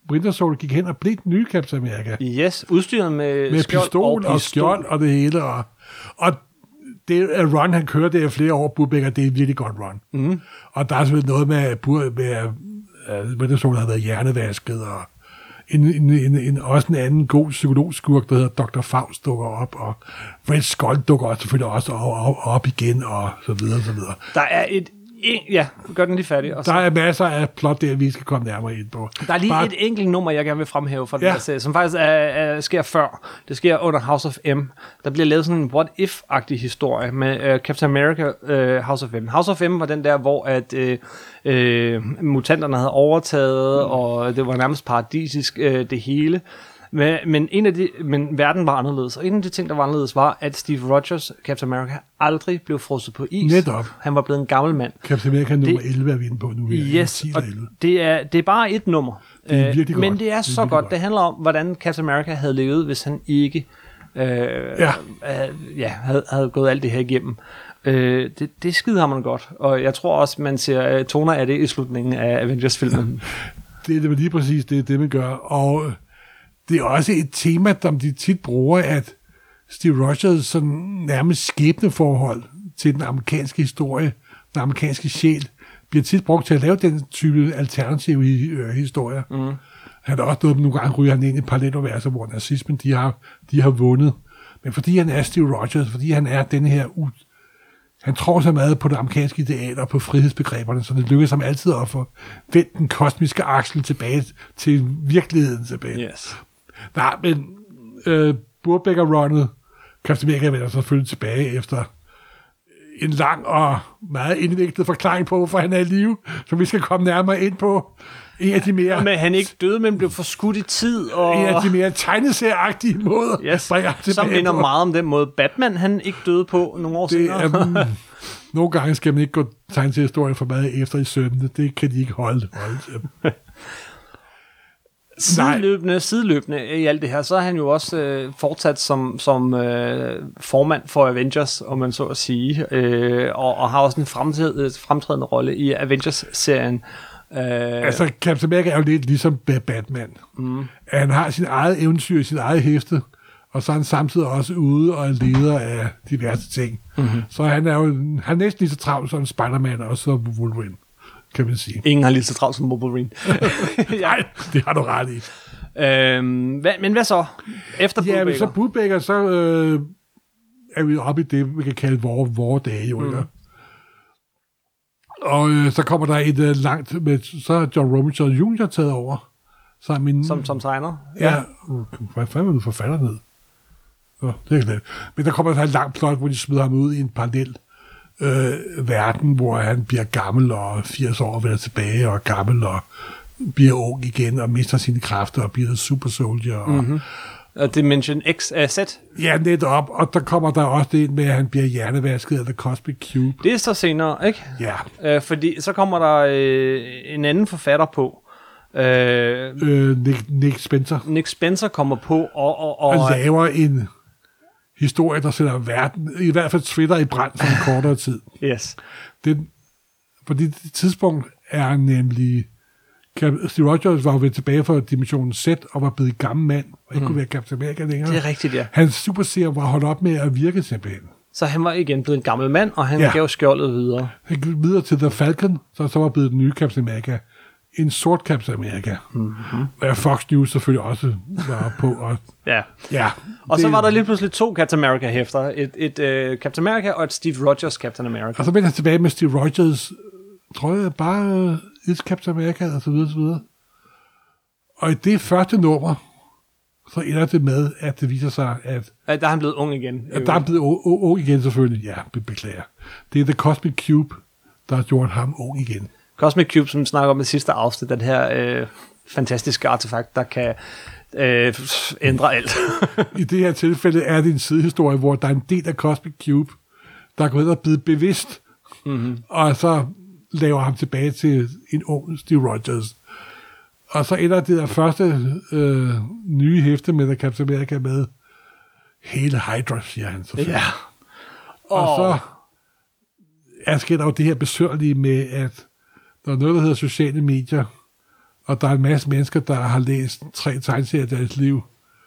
Winter Soldier gik hen og blev den nye Captain America. Yes, udstyret med, med skjold pistol og, og, og skjold og det hele. Og, og det run, han kører det i flere år, Brubaker, det er et virkelig godt run. Mm. Og der er selvfølgelig noget med, med at uh, Winter Soldier har været hjernevasket, og en, en, en, en, også en anden god psykologskurk, der hedder doktor Faust, dukker op, og Red Skull dukker også selvfølgelig også op, op igen, og så videre, så videre. Der er et En, ja, gør den lige færdig. Der er masser af plot der, vi skal komme nærmere ind på. Der er lige Bare... et enkelt nummer, jeg gerne vil fremhæve fra den ja. her serie, som faktisk er, er, sker før. Det sker under House of M. Der bliver lavet sådan en what-if-agtig historie med uh, Captain America uh, House of M. House of M var den der, hvor at uh, uh, mutanterne havde overtaget, mm. og det var nærmest paradisisk uh, det hele. Men, men, en af de, men verden var anderledes, og en af de ting, der var anderledes, var, at Steve Rogers, Captain America, aldrig blev frosset på is. Netop. Han var blevet en gammel mand. Captain America nummer det, elleve er vi inde på nu. Yes, og det er, det er bare et nummer. Det er virkelig men godt. det er det er så godt. godt. Det handler om, hvordan Captain America havde levet, hvis han ikke øh, ja. øh, ja, havde, havde gået alt det her igennem. Øh, det, det skider ham godt, og jeg tror også, man ser toner af det i slutningen af Avengers-filmen. det er det lige præcis, det er det, man gør. Og det er også et tema, som de tit bruger, at Steve Rogers sådan nærmest skæbneforhold til den amerikanske historie, den amerikanske sjæl, bliver tit brugt til at lave den type alternative historier. Mm. Han har også noget, nogle gange ryger han ind i paralleluniverser, hvor nazismen, de har, de har vundet. Men fordi han er Steve Rogers, fordi han er den her ud, han tror så meget på det amerikanske ideal og på frihedsbegreberne, så det lykkes ham altid at få vendt den kosmiske aksel tilbage til virkeligheden tilbage. Yes. Nej, men øh, Brubaker-runnet, Captain America vender selvfølgelig tilbage efter en lang og meget indviklet forklaring på, hvorfor han er i live, som vi skal komme nærmere ind på. En af de mere... Men han ikke døde, men blev forskudt i tid. Og... En af de mere tegneserieagtige måder. Yes. Som minder på. Meget om den måde, Batman han ikke døde på nogle år det, senere. um, nogle gange skal man ikke gå tegneseriehistorien for meget efter i søvnene. Det kan de ikke holde, holde til. Sideløbende, sideløbende i alt det her, så er han jo også øh, fortsat som, som øh, formand for Avengers, om man så at sige, øh, og, og har også en fremtid, fremtrædende rolle i Avengers-serien. Øh, altså, Captain America er jo lidt ligesom Batman. Mm. Han har sin eget eventyr, sin eget hæfte, og så er han samtidig også ude og er leder af diverse ting. Mm-hmm. Så han er jo han er næsten lige så travlt som Spider-Man og så Wolverine, kan man sige. Ingen har lige så travlt som Wolverine. Nej, det har du ret i. Øhm, hvad, men hvad så? Efter ja, Brubaker? så Brubaker, så øh, er vi oppe i det, vi kan kalde vore, vore dage, jo, mm. Og øh, så kommer der et øh, langt med, så er John Romita junior taget over. Så min, som, som tegner? Ja. ja. Hvad fanden var du forfatter ned? Oh, det er klart. Men der kommer der et langt plot, hvor de smider ham ud i en parallel øh, verden, hvor han bliver gammel og firs år vender tilbage og er gammel og bliver ung igen og mister sine kræfter og bliver super soldier. Og, mm-hmm. og Dimension X er Z. Ja, netop. Og der kommer der også det med, at han bliver hjernevasket af The Cosmic Cube. Det er så senere, ikke? Ja. Øh, fordi så kommer der øh, en anden forfatter på. Øh, øh, Nick, Nick Spencer. Nick Spencer kommer på og... Og, og, og laver en historie, der sætter verden, i hvert fald Twitter i brand for en kortere tid. Yes. Det, på det tidspunkt er nemlig... Steve Rogers var jo ved tilbage fra Dimension Z og var blevet gammel mand, og ikke mm. kunne være Captain America længere. Det er rigtigt, ja. Hans superserum var holdt op med at virke simpelthen. Så han var igen blevet en gammel mand, og han ja. gav skjoldet videre. Han gik videre til The Falcon, så så var blevet den nye Captain America. En sort Captain America. Mm-hmm. Og Fox News selvfølgelig også var på. Og, ja. ja og det, så var der lige pludselig to Captain America-hæfter. Et, et uh, Captain America og et Steve Rogers Captain America. Og så vendte han tilbage med Steve Rogers, tror jeg, bare uh, et Captain America, og så videre, så videre. Og i det første nummer, så ender det med, at det viser sig, at... at der er han blevet ung igen. At der er han blevet ung igen, selvfølgelig. Ja, beklager. Det er The Cosmic Cube, der har gjort ham ung igen. Cosmic Cube, som vi snakker om i sidste afsnit, den her øh, fantastiske artefakt, der kan øh, ændre alt. I det her tilfælde er det en sidehistorie, hvor der er en del af Cosmic Cube, der er gået ind og blevet bevidst, mm-hmm. og så laver ham tilbage til en ung Steve Rogers. Og så ender det der første øh, nye hæfte med The Captain America med hele Hydra, siger han. Så ja. Og oh. så er sker der jo det her besørgelige med, at der er noget, der hedder sociale medier, Og der er en masse mennesker, der har læst tre tegneserier i deres liv,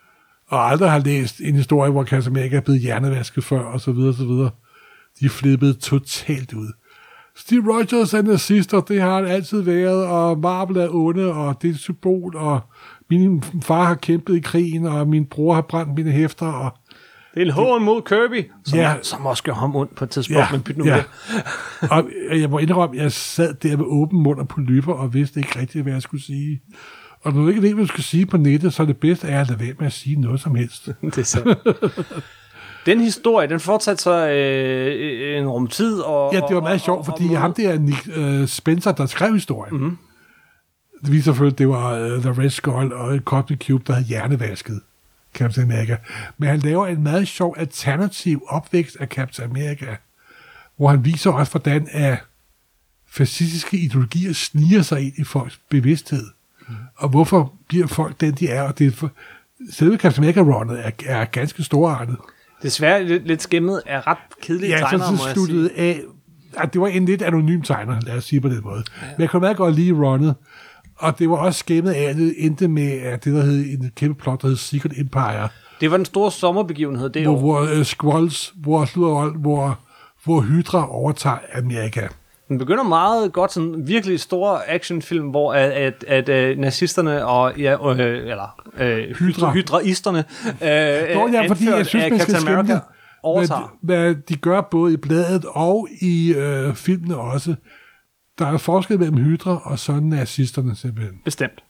og aldrig har læst en historie, hvor Captain America er blevet hjernevasket før, og så videre, og så videre. De flippede totalt ud. Steve Rogers er nazister, det har han altid været, og Marvel er onde, og det er et symbol, og min far har kæmpet i krigen, og min bror har brændt mine hæfter, og det er en hån mod Kirby, som, ja, som også gør ham ondt på et tidspunkt, ja, men byt nu ja. det. Og jeg må indrømme, jeg sad der med åben mund og polypper, og vidste ikke rigtigt, hvad jeg skulle sige. Og når du ikke ved, hvad du skal sige på nettet, så er det bedste at lade være med at sige noget som helst. Det er sandt. Den historie, den fortsatte så øh, en rumtid. Og, ja, det var meget sjovt, fordi og, og, ham der Nick uh, Spencer, der skrev historien, mm-hmm. det viser selvfølgelig, det var uh, The Red Skull og Cosmic Cube, der havde hjernevasket Captain America. Men han laver en meget sjov alternativ opvækst af Captain America, hvor han viser også, hvordan at fascistiske ideologier sniger sig ind i folks bevidsthed. Mm. Og hvorfor bliver folk den, de er, og det er for, selve Captain America-runnet er, er ganske storartet. Desværre lidt, lidt skæmmet af ret kedelige ja, tegnere, så, så sluttede af, at det var en lidt anonym tegner, lad os sige på den måde. Ja. Men jeg kunne meget godt lide runnet, og det var også skæmmet af, at det endte med at det, der hed en kæmpe plot, der hed Secret Empire. Det var den store sommerbegivenhed det hvor, år. Hvor uh, Skrulls, hvor, hvor, hvor Hydra overtager Amerika. Den begynder meget godt, sådan virkelig store actionfilm, hvor at, at, at, at nazisterne og ja, øh, eller øh, Hydra. hydraisterne øh, Nå, ja, fordi jeg synes, man skal skæmme hvad, hvad de gør både i bladet og i øh, filmene også. Der er forskel mellem Hydra og så nazisterne simpelthen. Bestemt.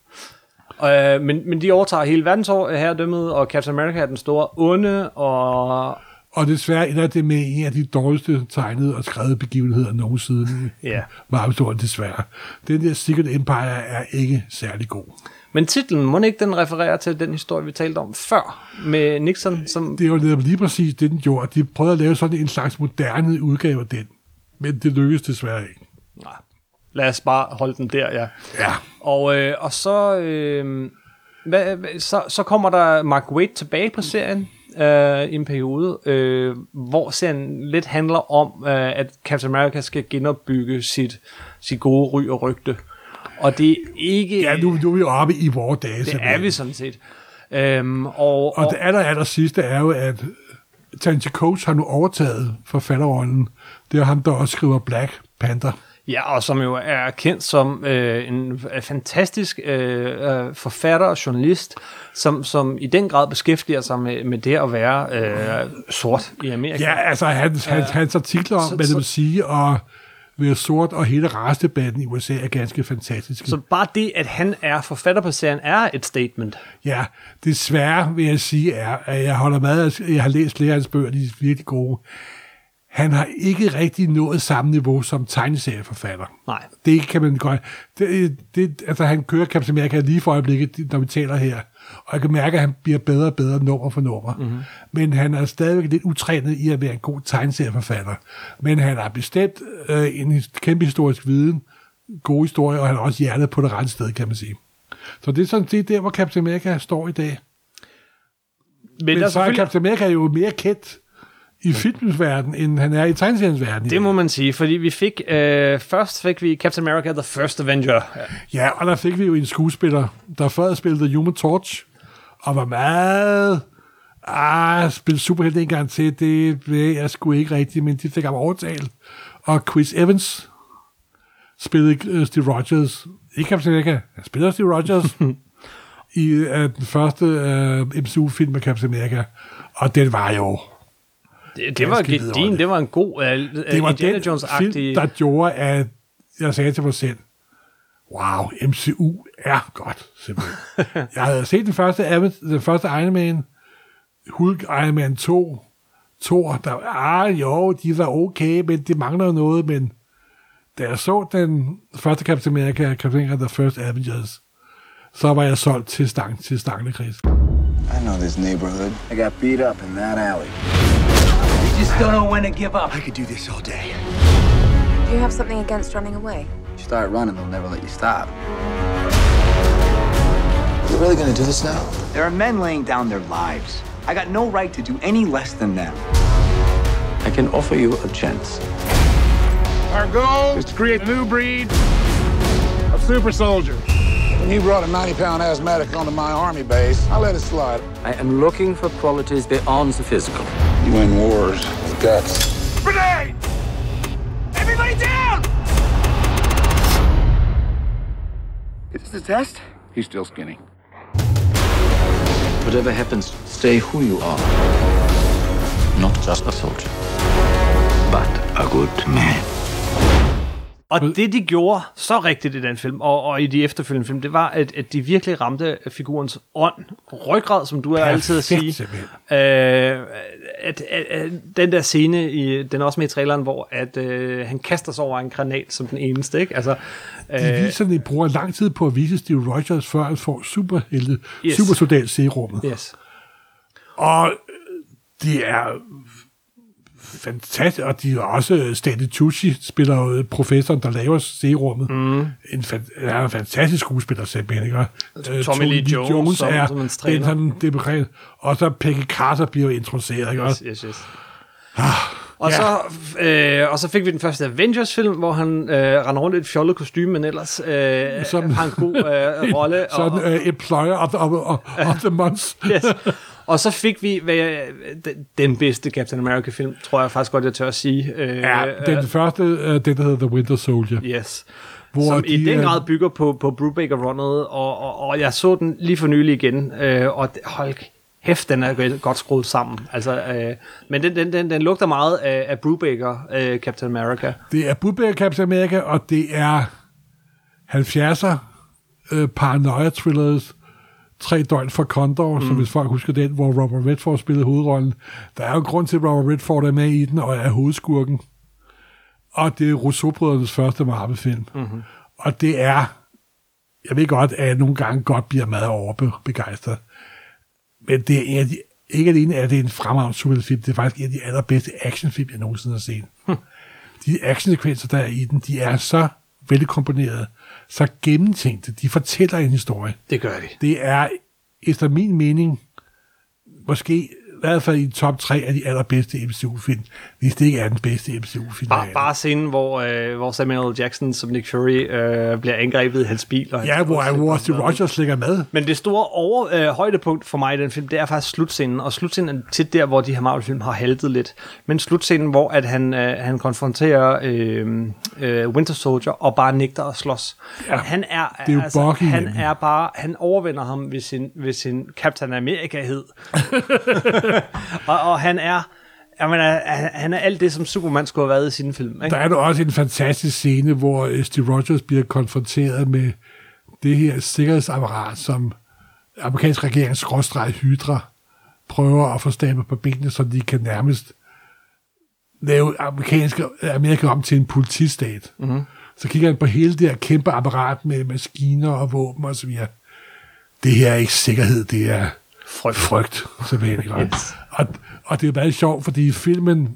Øh, men, men de overtager hele verdensherredømmet, og Captain America er den store onde, og... Og desværre ender det med en af de dårligste tegnede og skrevet begivenheder nogensinde. Ja. Marvel, desværre. Den der Secret Empire er ikke særlig god. Men titlen, må ikke den referere til den historie, vi talte om før, med Nixon? Som... Det var lige præcis det, den gjorde. De prøvede at lave sådan en slags moderne udgave af den. Men det lykkedes desværre ikke. Nej. Lad os bare holde den der, ja. Ja. Og, øh, og så, øh, hvad, så, så kommer der Mark Waid tilbage på serien øh, i en periode, øh, hvor serien lidt handler om, øh, at Captain America skal genopbygge sit, sit gode ry og rygte. Og det er ikke... Ja, nu, nu er vi oppe i vores dage. Det simpelthen. er vi sådan set. Øhm, og, og, og det aller, aller sidste er jo, at Tanji Coates har nu overtaget forfatterrollen. Det er ham, der også skriver Black Panther. Ja, og som jo er kendt som øh, en fantastisk øh, forfatter og journalist, som, som i den grad beskæftiger sig med, med det at være øh, sort i Amerika. Ja, altså hans, hans, hans artikler om, så, hvad det vil sige, og være sort og hele racedebatten i U S A er ganske fantastisk. Så bare det, at han er forfatter på serien, er et statement. Ja, desværre vil jeg sige, er, at jeg holder meget, jeg har læst flere af hans bøger, de er virkelig gode. Han har ikke rigtig nået samme niveau som tegneserieforfatter. Nej. Det kan man godt. Det, det, altså, han kører Captain America lige for øjeblikket, når vi taler her. Og jeg kan mærke, at han bliver bedre og bedre nummer for nummer. Mm-hmm. Men han er stadigvæk lidt utrænet i at være en god tegneserieforfatter. Men han har bestemt øh, en kæmpe historisk viden, gode historie, og han har også hjertet på det rette sted, kan man sige. Så det er sådan set der, hvor Captain America står i dag. Men, Men så selvfølgelig... er Captain America jo mere kendt i filmens verden, end han er i tegneseriens verden. Det må man sige, fordi vi fik, øh, først fik vi Captain America, The First Avenger. Ja. ja, og der fik vi jo en skuespiller, der før spillede Human Torch, og var meget, ah, spillede superhelt en gang til, det ved jeg sgu ikke rigtigt, men de fik ham overtalt. Og Chris Evans spillede uh, Steve Rogers, ikke Captain America, han spiller Steve Rogers, i uh, den første uh, M C U-film med Captain America, og den var jo Det, det var gedin, det var en god uh, det var Indiana den Jones-agtig... film, der gjorde, at jeg sagde til mig selv, wow, M C U er godt, simpelthen. Jeg havde set den første, den første Iron Man, Hulk, Iron Man to, Thor, der ah, jo, de var okay, men det mangler noget, men da jeg så den første Captain America, Captain America, The First Avengers, så var jeg solgt til stang, til Stangley-Chris. I know this neighborhood. I got beat up in that alley. You just don't know when to give up. I could do this all day. Do you have something against running away? You start running, they'll never let you stop. You're really gonna do this now? There are men laying down their lives. I got no right to do any less than them. I can offer you a chance. Our goal is to create a new breed of super soldiers. When you brought a ninety pound asthmatic onto my army base, I let it slide. I am looking for qualities beyond the physical. You win wars with guts. Grenade! Everybody down! Is this the test? He's still skinny. Whatever happens, stay who you are. Not just a soldier, but a good man. Og det, de gjorde så rigtigt i den film, og, og i de efterfølgende film, det var, at, at de virkelig ramte figurens ånd, ryggrad, som du er altid at sige. Øh, at, at, at, den der scene, i, den er også med i traileren, hvor at, øh, han kaster sig over en granat som den eneste, ikke? Altså, øh, de viser, at de bruger lang tid på at vise Steve Rogers, før han får superhelte, yes. supersoldat serummet. Yes. Og det er fantastisk, og de er også Stanley Tucci spiller jo professoren, der laver serummet. Mm. En, fan, er en fantastisk skuespiller, simpelthen, ikke? Tommy, Tommy Lee Jones, Jones som, er som en den, sådan, det begreb. Og så Peggy Carter bliver introduceret, ikke? Yes, yes, yes. Ah, og, ja. så, øh, og så fik vi den første Avengers-film, hvor han øh, render rundt i et fjollet kostume, men ellers øh, som, har en god øh, rolle. Sådan og, uh, employer of, of, of, of the month. Yes. Og så fik vi hvad jeg, den bedste Captain America-film, tror jeg faktisk godt, jeg tør at sige. Ja, den øh, første, uh, den der hedder The Winter Soldier. Yes. Hvor som de, i den grad bygger på, på Brubaker-runnet, og, og, og jeg så den lige for nylig igen, øh, og hold hæft, den er godt skruet sammen. Altså, øh, men den, den, den, den lugter meget af, af Brubaker, øh, Captain America. Det er Brubaker, Captain America, og det er halvfjerdser øh, paranoia-thrillers, Tre døgn fra Condor, mm. som hvis folk husker den, hvor Robert Redford spillede hovedrollen. Der er jo en grund til, at Robert Redford er med i den, og er hovedskurken. Og det er Rousseau-brødrenes første Marvel-film. Mm-hmm. Og det er, jeg ved godt, at jeg nogle gange godt bliver meget overbegejstret. Men det er en af de, ikke alene er det en fremragende superheltefilm, det er faktisk en af de allerbedste actionfilm, jeg nogensinde har set. Hm. De actionsekvenser, der er i den, de er så velkomponerede, så gennemtænkte. De fortæller en historie. Det gør de. Det er, efter min mening, måske i hvert fald i top tre af de allerbedste M C U-film, hvis det ikke er den bedste M C U-film. Bare, bare scenen, hvor, øh, hvor Samuel Jackson som Nick Fury øh, bliver angrebet i hans bil. Og ja, hvor, hvor Steve Rogers ligger med. Men det store over, øh, højdepunkt for mig i den film, det er faktisk slutscenen. Og slutscenen er tit der, hvor de her Marvel-film har haltet lidt. Men slutscenen, hvor at han, øh, han konfronterer øh, øh, Winter Soldier og bare nægter at slås. Ja, han er, det er jo altså, Bucky, han er bare, han overvinder ham ved sin, ved sin Captain America-hed. og, og han er jeg mener, han er alt det, som Superman skulle have været i sine film. Ikke? Der er der også en fantastisk scene, hvor Steve Rogers bliver konfronteret med det her sikkerhedsapparat, som amerikansk regerings skråstreg Hydra prøver at få stablet på benene, så de kan nærmest lave amerikanske Amerika om til en politistat. Mm-hmm. Så kigger han på hele det her kæmpe apparat med maskiner og våben og så videre. Det her er ikke sikkerhed, det er frygt. frygt yes. og, og det er meget sjovt, fordi filmen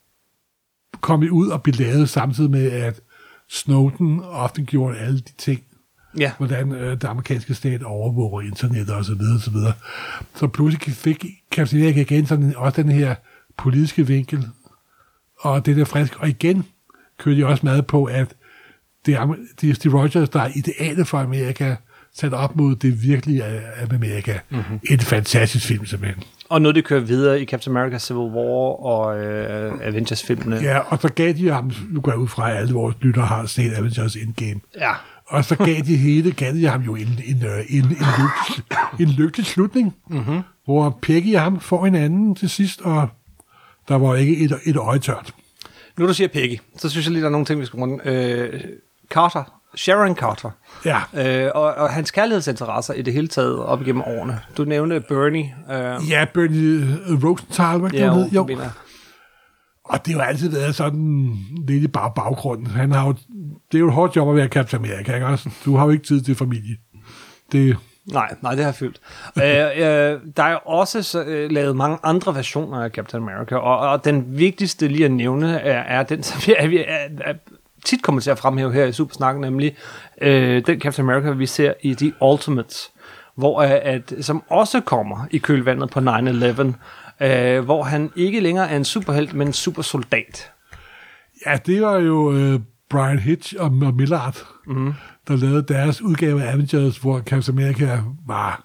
kom ud og blev lavet samtidig med, at Snowden ofte gjorde alle de ting, ja. hvordan øh, den amerikanske stat overvåger internet og så videre, så videre. Så pludselig fik Captain America igen sådan også den her politiske vinkel, og det der frisk. Og igen kører de også meget på, at det er, det er Steve Rogers, der er idealet for Amerika, sat op mod det virkelige af Amerika. Mm-hmm. En fantastisk film, simpelthen. Og noget, det kører videre i Captain America Civil War og øh, Avengers-filmene. Ja, og så gav de ham, nu går jeg ud fra, at alle vores lyttere har set Avengers Endgame. Ja. Og så gav de hele, gav de ham jo en, en, en, en, lykkelig, en lykkelig slutning, mm-hmm. hvor Peggy og ham får hinanden til sidst, og der var ikke et, et øje tørt. Nu du siger Peggy, så synes jeg lige, der er nogle ting, vi skal runde. Øh, Carter. Sharon Carter. Ja. Øh, og, og hans kærlighedsinteresser i det hele taget op igennem årene. Du nævnte Bernie. Øh. Ja, Bernie Rosenthal, hvad ja, det jo. Og det har jo altid været sådan lidt i bag baggrunden. Han har jo, det er jo et hårdt job at være Captain America, ikke også? Du har jo ikke tid til familie. Det... Nej, nej, det har jeg fyldt. øh, øh, der er jo også så, øh, lavet mange andre versioner af Captain America, og, og den vigtigste lige at nævne er, er den, som vi er, er, er tit kommer til at fremhæve her i Supersnak, nemlig øh, den Captain America, vi ser i The Ultimates, hvor, øh, at, som også kommer i kølvandet på nine eleven, øh, hvor han ikke længere er en superhelt, men en supersoldat. Ja, det var jo øh, Brian Hitch og Millard, mm. der lavede deres udgave af Avengers, hvor Captain America var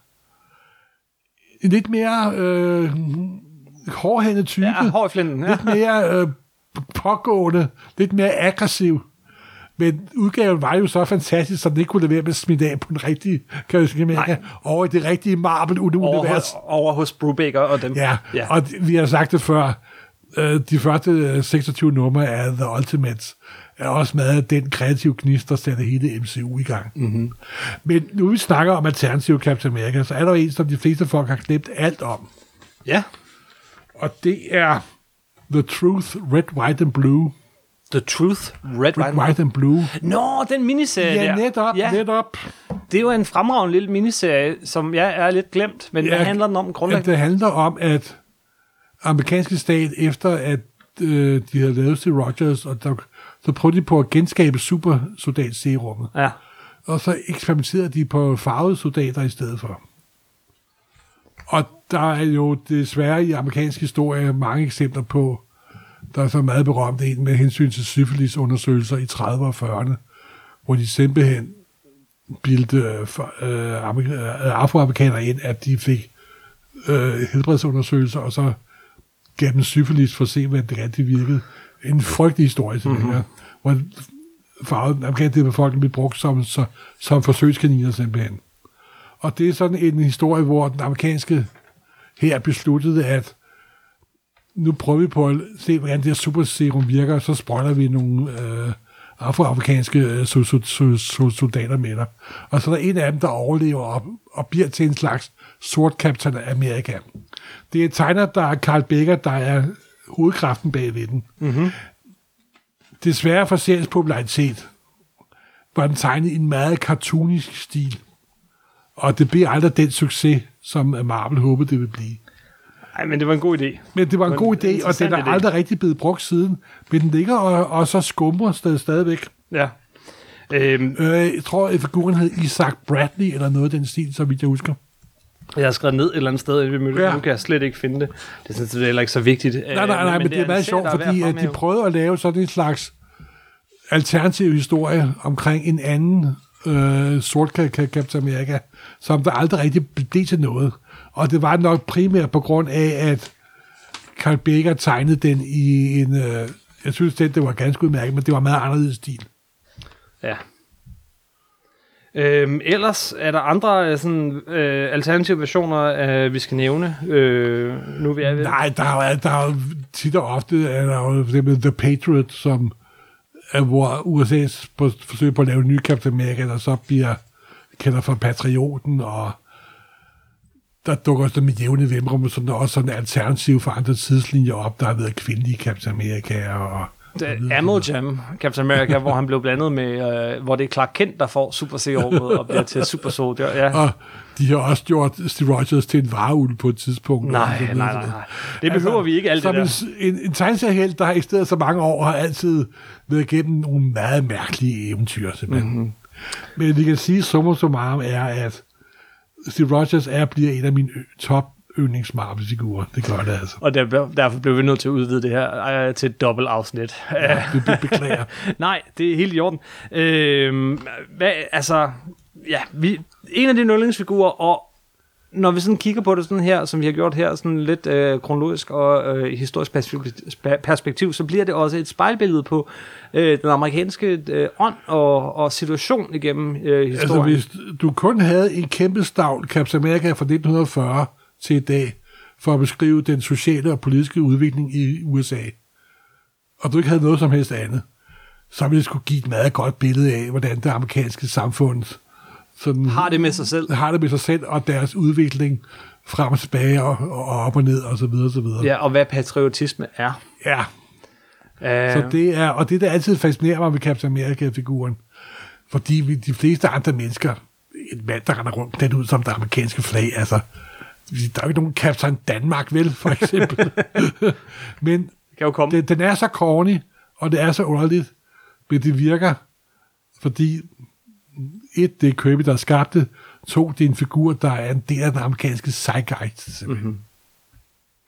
en lidt mere øh, hårdhændet type. Ja, hård i flinden. Ja. Lidt mere øh, pågående, lidt mere aggressiv. Men udgaven var jo så fantastisk, så den ikke kunne lade være med at smide af på den rigtige Captain America over i det rigtige Marvel-univers. Over, over hos Brubaker og dem. Ja, ja, og vi har sagt det før, de første seksogtyve numre af The Ultimates er også med den kreative gnist, der sætter hele M C U i gang. Mm-hmm. Men nu vi snakker om alternativ Captain America, så er der jo en, som de fleste folk har glemt alt om. Ja. Og det er The Truth, Red, White and Blue. The Truth, Red, Red White, White and Blue. Nå, den miniserie ja, der. Netop, ja, netop. Det er jo en fremragende lille miniserie, som jeg er lidt glemt, men ja, hvad handler den om grundlæggende? Det handler om, at amerikanske stat, efter at øh, de havde lavet Steve Rogers, og der, så prøvede de på at genskabe supersoldatserummet. Ja. Og så eksperimenterede de på farvede soldater i stedet for. Og der er jo desværre i amerikansk historie mange eksempler på, der er så meget berømt en med hensyn til syfilisundersøgelser i trediverne og fyrrerne, hvor de simpelthen bildte øh, afroamerikanere ind, at de fik øh, helbredsundersøgelser, og så gav dem syfilis for at se, hvad det rigtig virkede. En frygtelig historie, simpelthen, mm-hmm. hvor farvet amerikanske befolkning blev brugt som, så, som forsøgskaniner, simpelthen. Og det er sådan en historie, hvor den amerikanske her besluttede, at nu prøver vi på at se, hvordan det her superserum virker, og så sprøjter vi nogle øh, afroamerikanske øh, soldater med der. Og så er der en af dem, der overlever og, og bliver til en slags sort Captain America. Det er tegner, der er Carl Becker, der er hovedkraften bagved den. Mm-hmm. Desværre for seriens popularitet var den tegnet i en meget cartoonisk stil. Og det bliver aldrig den succes, som Marvel håbede, det ville blive. Nej, men det var en god idé. Men det var en god idé, og den er aldrig rigtig blevet brugt siden. Men den ligger og, og så skumrer stadig, stadigvæk. Ja. Øhm. Øh, jeg tror, at figuren hed Isaac Bradley, eller noget af den stil, så vidt jeg husker. Jeg har skrevet ned et eller andet sted, at vi mødte. Ja. Nu kan jeg slet ikke finde det. Det synes jeg heller ikke så vigtigt. Nej, nej, nej, men, men det, det er, er meget sjovt, fordi at de prøvede at lave sådan en slags alternativ historie omkring en anden øh, sort Captain America, som der aldrig rigtig blev til noget. Og det var nok primært på grund af, at Carl Becker tegnede den i en... Øh, jeg synes, det, det var ganske udmærket, men det var meget anderledes stil. Ja. Øhm, ellers er der andre sådan, øh, alternative versioner, øh, vi skal nævne. Øh, nu vi er ved. Nej, der er, der er tit og ofte er der jo for eksempel The Patriot, som er, hvor U S A's på, forsøger på at lave en ny Captain America, der så bliver kaldt for Patrioten, og der dukker også med jævne vimrum, sådan der også sådan en alternativ for andre tidslinjer op, der har været kvindelige Captain America og Ammo Jam, Captain America, hvor han blev blandet med, øh, hvor det er Clark Kent, der får Super Serum og bliver til Super Soldier. Ja. Og de har også gjort Steve Rogers til en vareulv på et tidspunkt. Nej, nej, nej, nej. Det behøver altså, vi ikke alt det der. En, en tegneseriehelt, der har eksisteret så mange år, har altid været igennem nogle meget mærkelige eventyr, simpelthen. Mm-hmm. Men vi kan sige, summa summarum er, at Steve Rogers er bliver en af mine top yndlingsmarvel-figurer. Det gør det altså. Og der, derfor blev vi nødt til at udvide det her øh, til et dobbelt afsnit. Ja, det, det beklager. Nej, det er helt i orden. Øh, hvad, altså, ja, vi, en af de yndlingsfigurer, og når vi sådan kigger på det sådan her, som vi har gjort her, sådan lidt øh, kronologisk og øh, historisk perspektiv, perspektiv, så bliver det også et spejlbillede på øh, den amerikanske øh, ånd og, og situation igennem øh, historien. Altså, hvis du kun havde en kæmpe stavl Captain America fra nitten fyrre til i dag, for at beskrive den sociale og politiske udvikling i U S A, og du ikke havde noget som helst andet, så ville det skulle give et meget godt billede af, hvordan det amerikanske samfund sådan, har det med sig selv. Har det med sig selv, og deres udvikling frem og tilbage, og, og op og ned, og så videre, og så videre. Ja, og hvad patriotisme er. Ja. Uh... Så det er, og det der altid fascinerer mig ved Captain America-figuren, fordi vi, de fleste andre mennesker, en mand, der render rundt den ud som det amerikanske flag, altså, der er jo ikke nogen Captain Danmark, vel, for eksempel. Men kan jo komme. Den, den er så corny, og det er så underligt, men det virker, fordi et, det er Kirby, der har skabt det, to, det er en figur, der er en del af den amerikanske zeitgeist. Mm-hmm.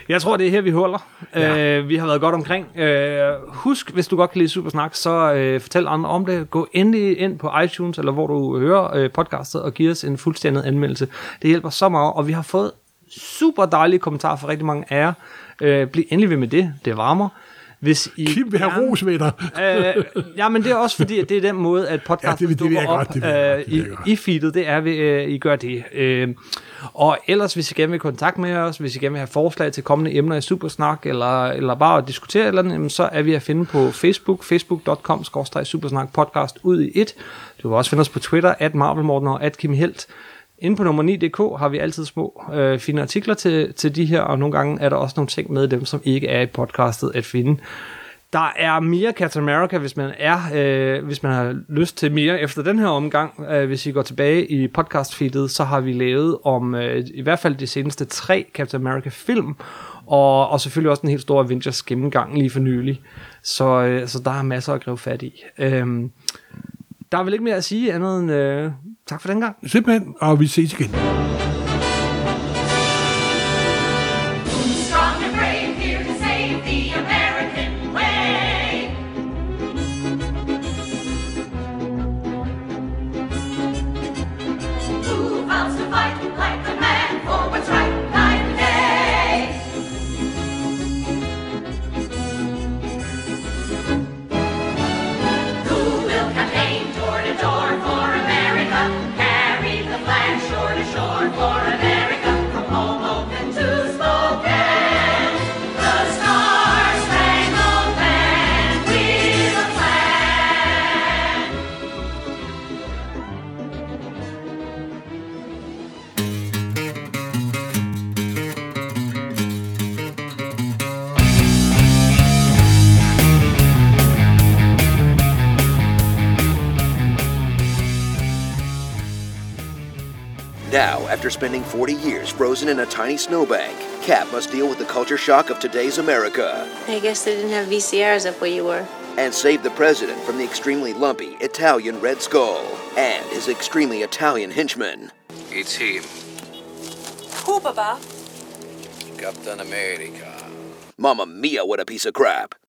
Jeg tror, det er her, vi holder. Ja. Uh, vi har været godt omkring. Uh, husk, hvis du godt kan lide Supersnak, så uh, fortæl andre om det. Gå endelig ind på iTunes, eller hvor du hører uh, podcastet, og giv os en fuldstændig anmeldelse. Det hjælper så meget, og vi har fået super dejlige kommentarer fra rigtig mange af jer. Uh, bliv endelig ved med det. Det varmer. Hvis I Kim vil have ros ved dig. øh, ja, men det er også fordi, at det er den måde, at podcasten ja, det, det dukker op godt, det øh, i, i feedet. Det er, ved øh, I gør det. Øh, og ellers, hvis I gerne vil kontakte med os, hvis I gerne vil have forslag til kommende emner i Supersnak, eller, eller bare at diskutere eller andet, så er vi at finde på Facebook, facebook punktum com skråstreg supersnak podcast ud i et. Du kan også finde os på Twitter, at marvelmorten og at Kim Helt. Inde på nummer ni punktum d k har vi altid små øh, fine artikler til, til de her, og nogle gange er der også nogle ting med dem, som ikke er i podcastet at finde. Der er mere Captain America, hvis man er, øh, hvis man har lyst til mere efter den her omgang. Øh, hvis I går tilbage i podcastfeedet, så har vi lavet om øh, i hvert fald de seneste tre Captain America film, og, og selvfølgelig også en helt stor Avengers gennemgang lige for nylig. Så, øh, så der er masser at gribe fat i. Øh, der er vel ikke mere at sige andet end øh, tak for den gang. Simpelthen, og vi ses igen. Now, after spending forty years frozen in a tiny snowbank, Cap must deal with the culture shock of today's America. I guess they didn't have V C Rs up where you were. And save the president from the extremely lumpy Italian Red Skull and his extremely Italian henchman. It's him, Who, Baba? Captain America. Mamma mia, what a piece of crap.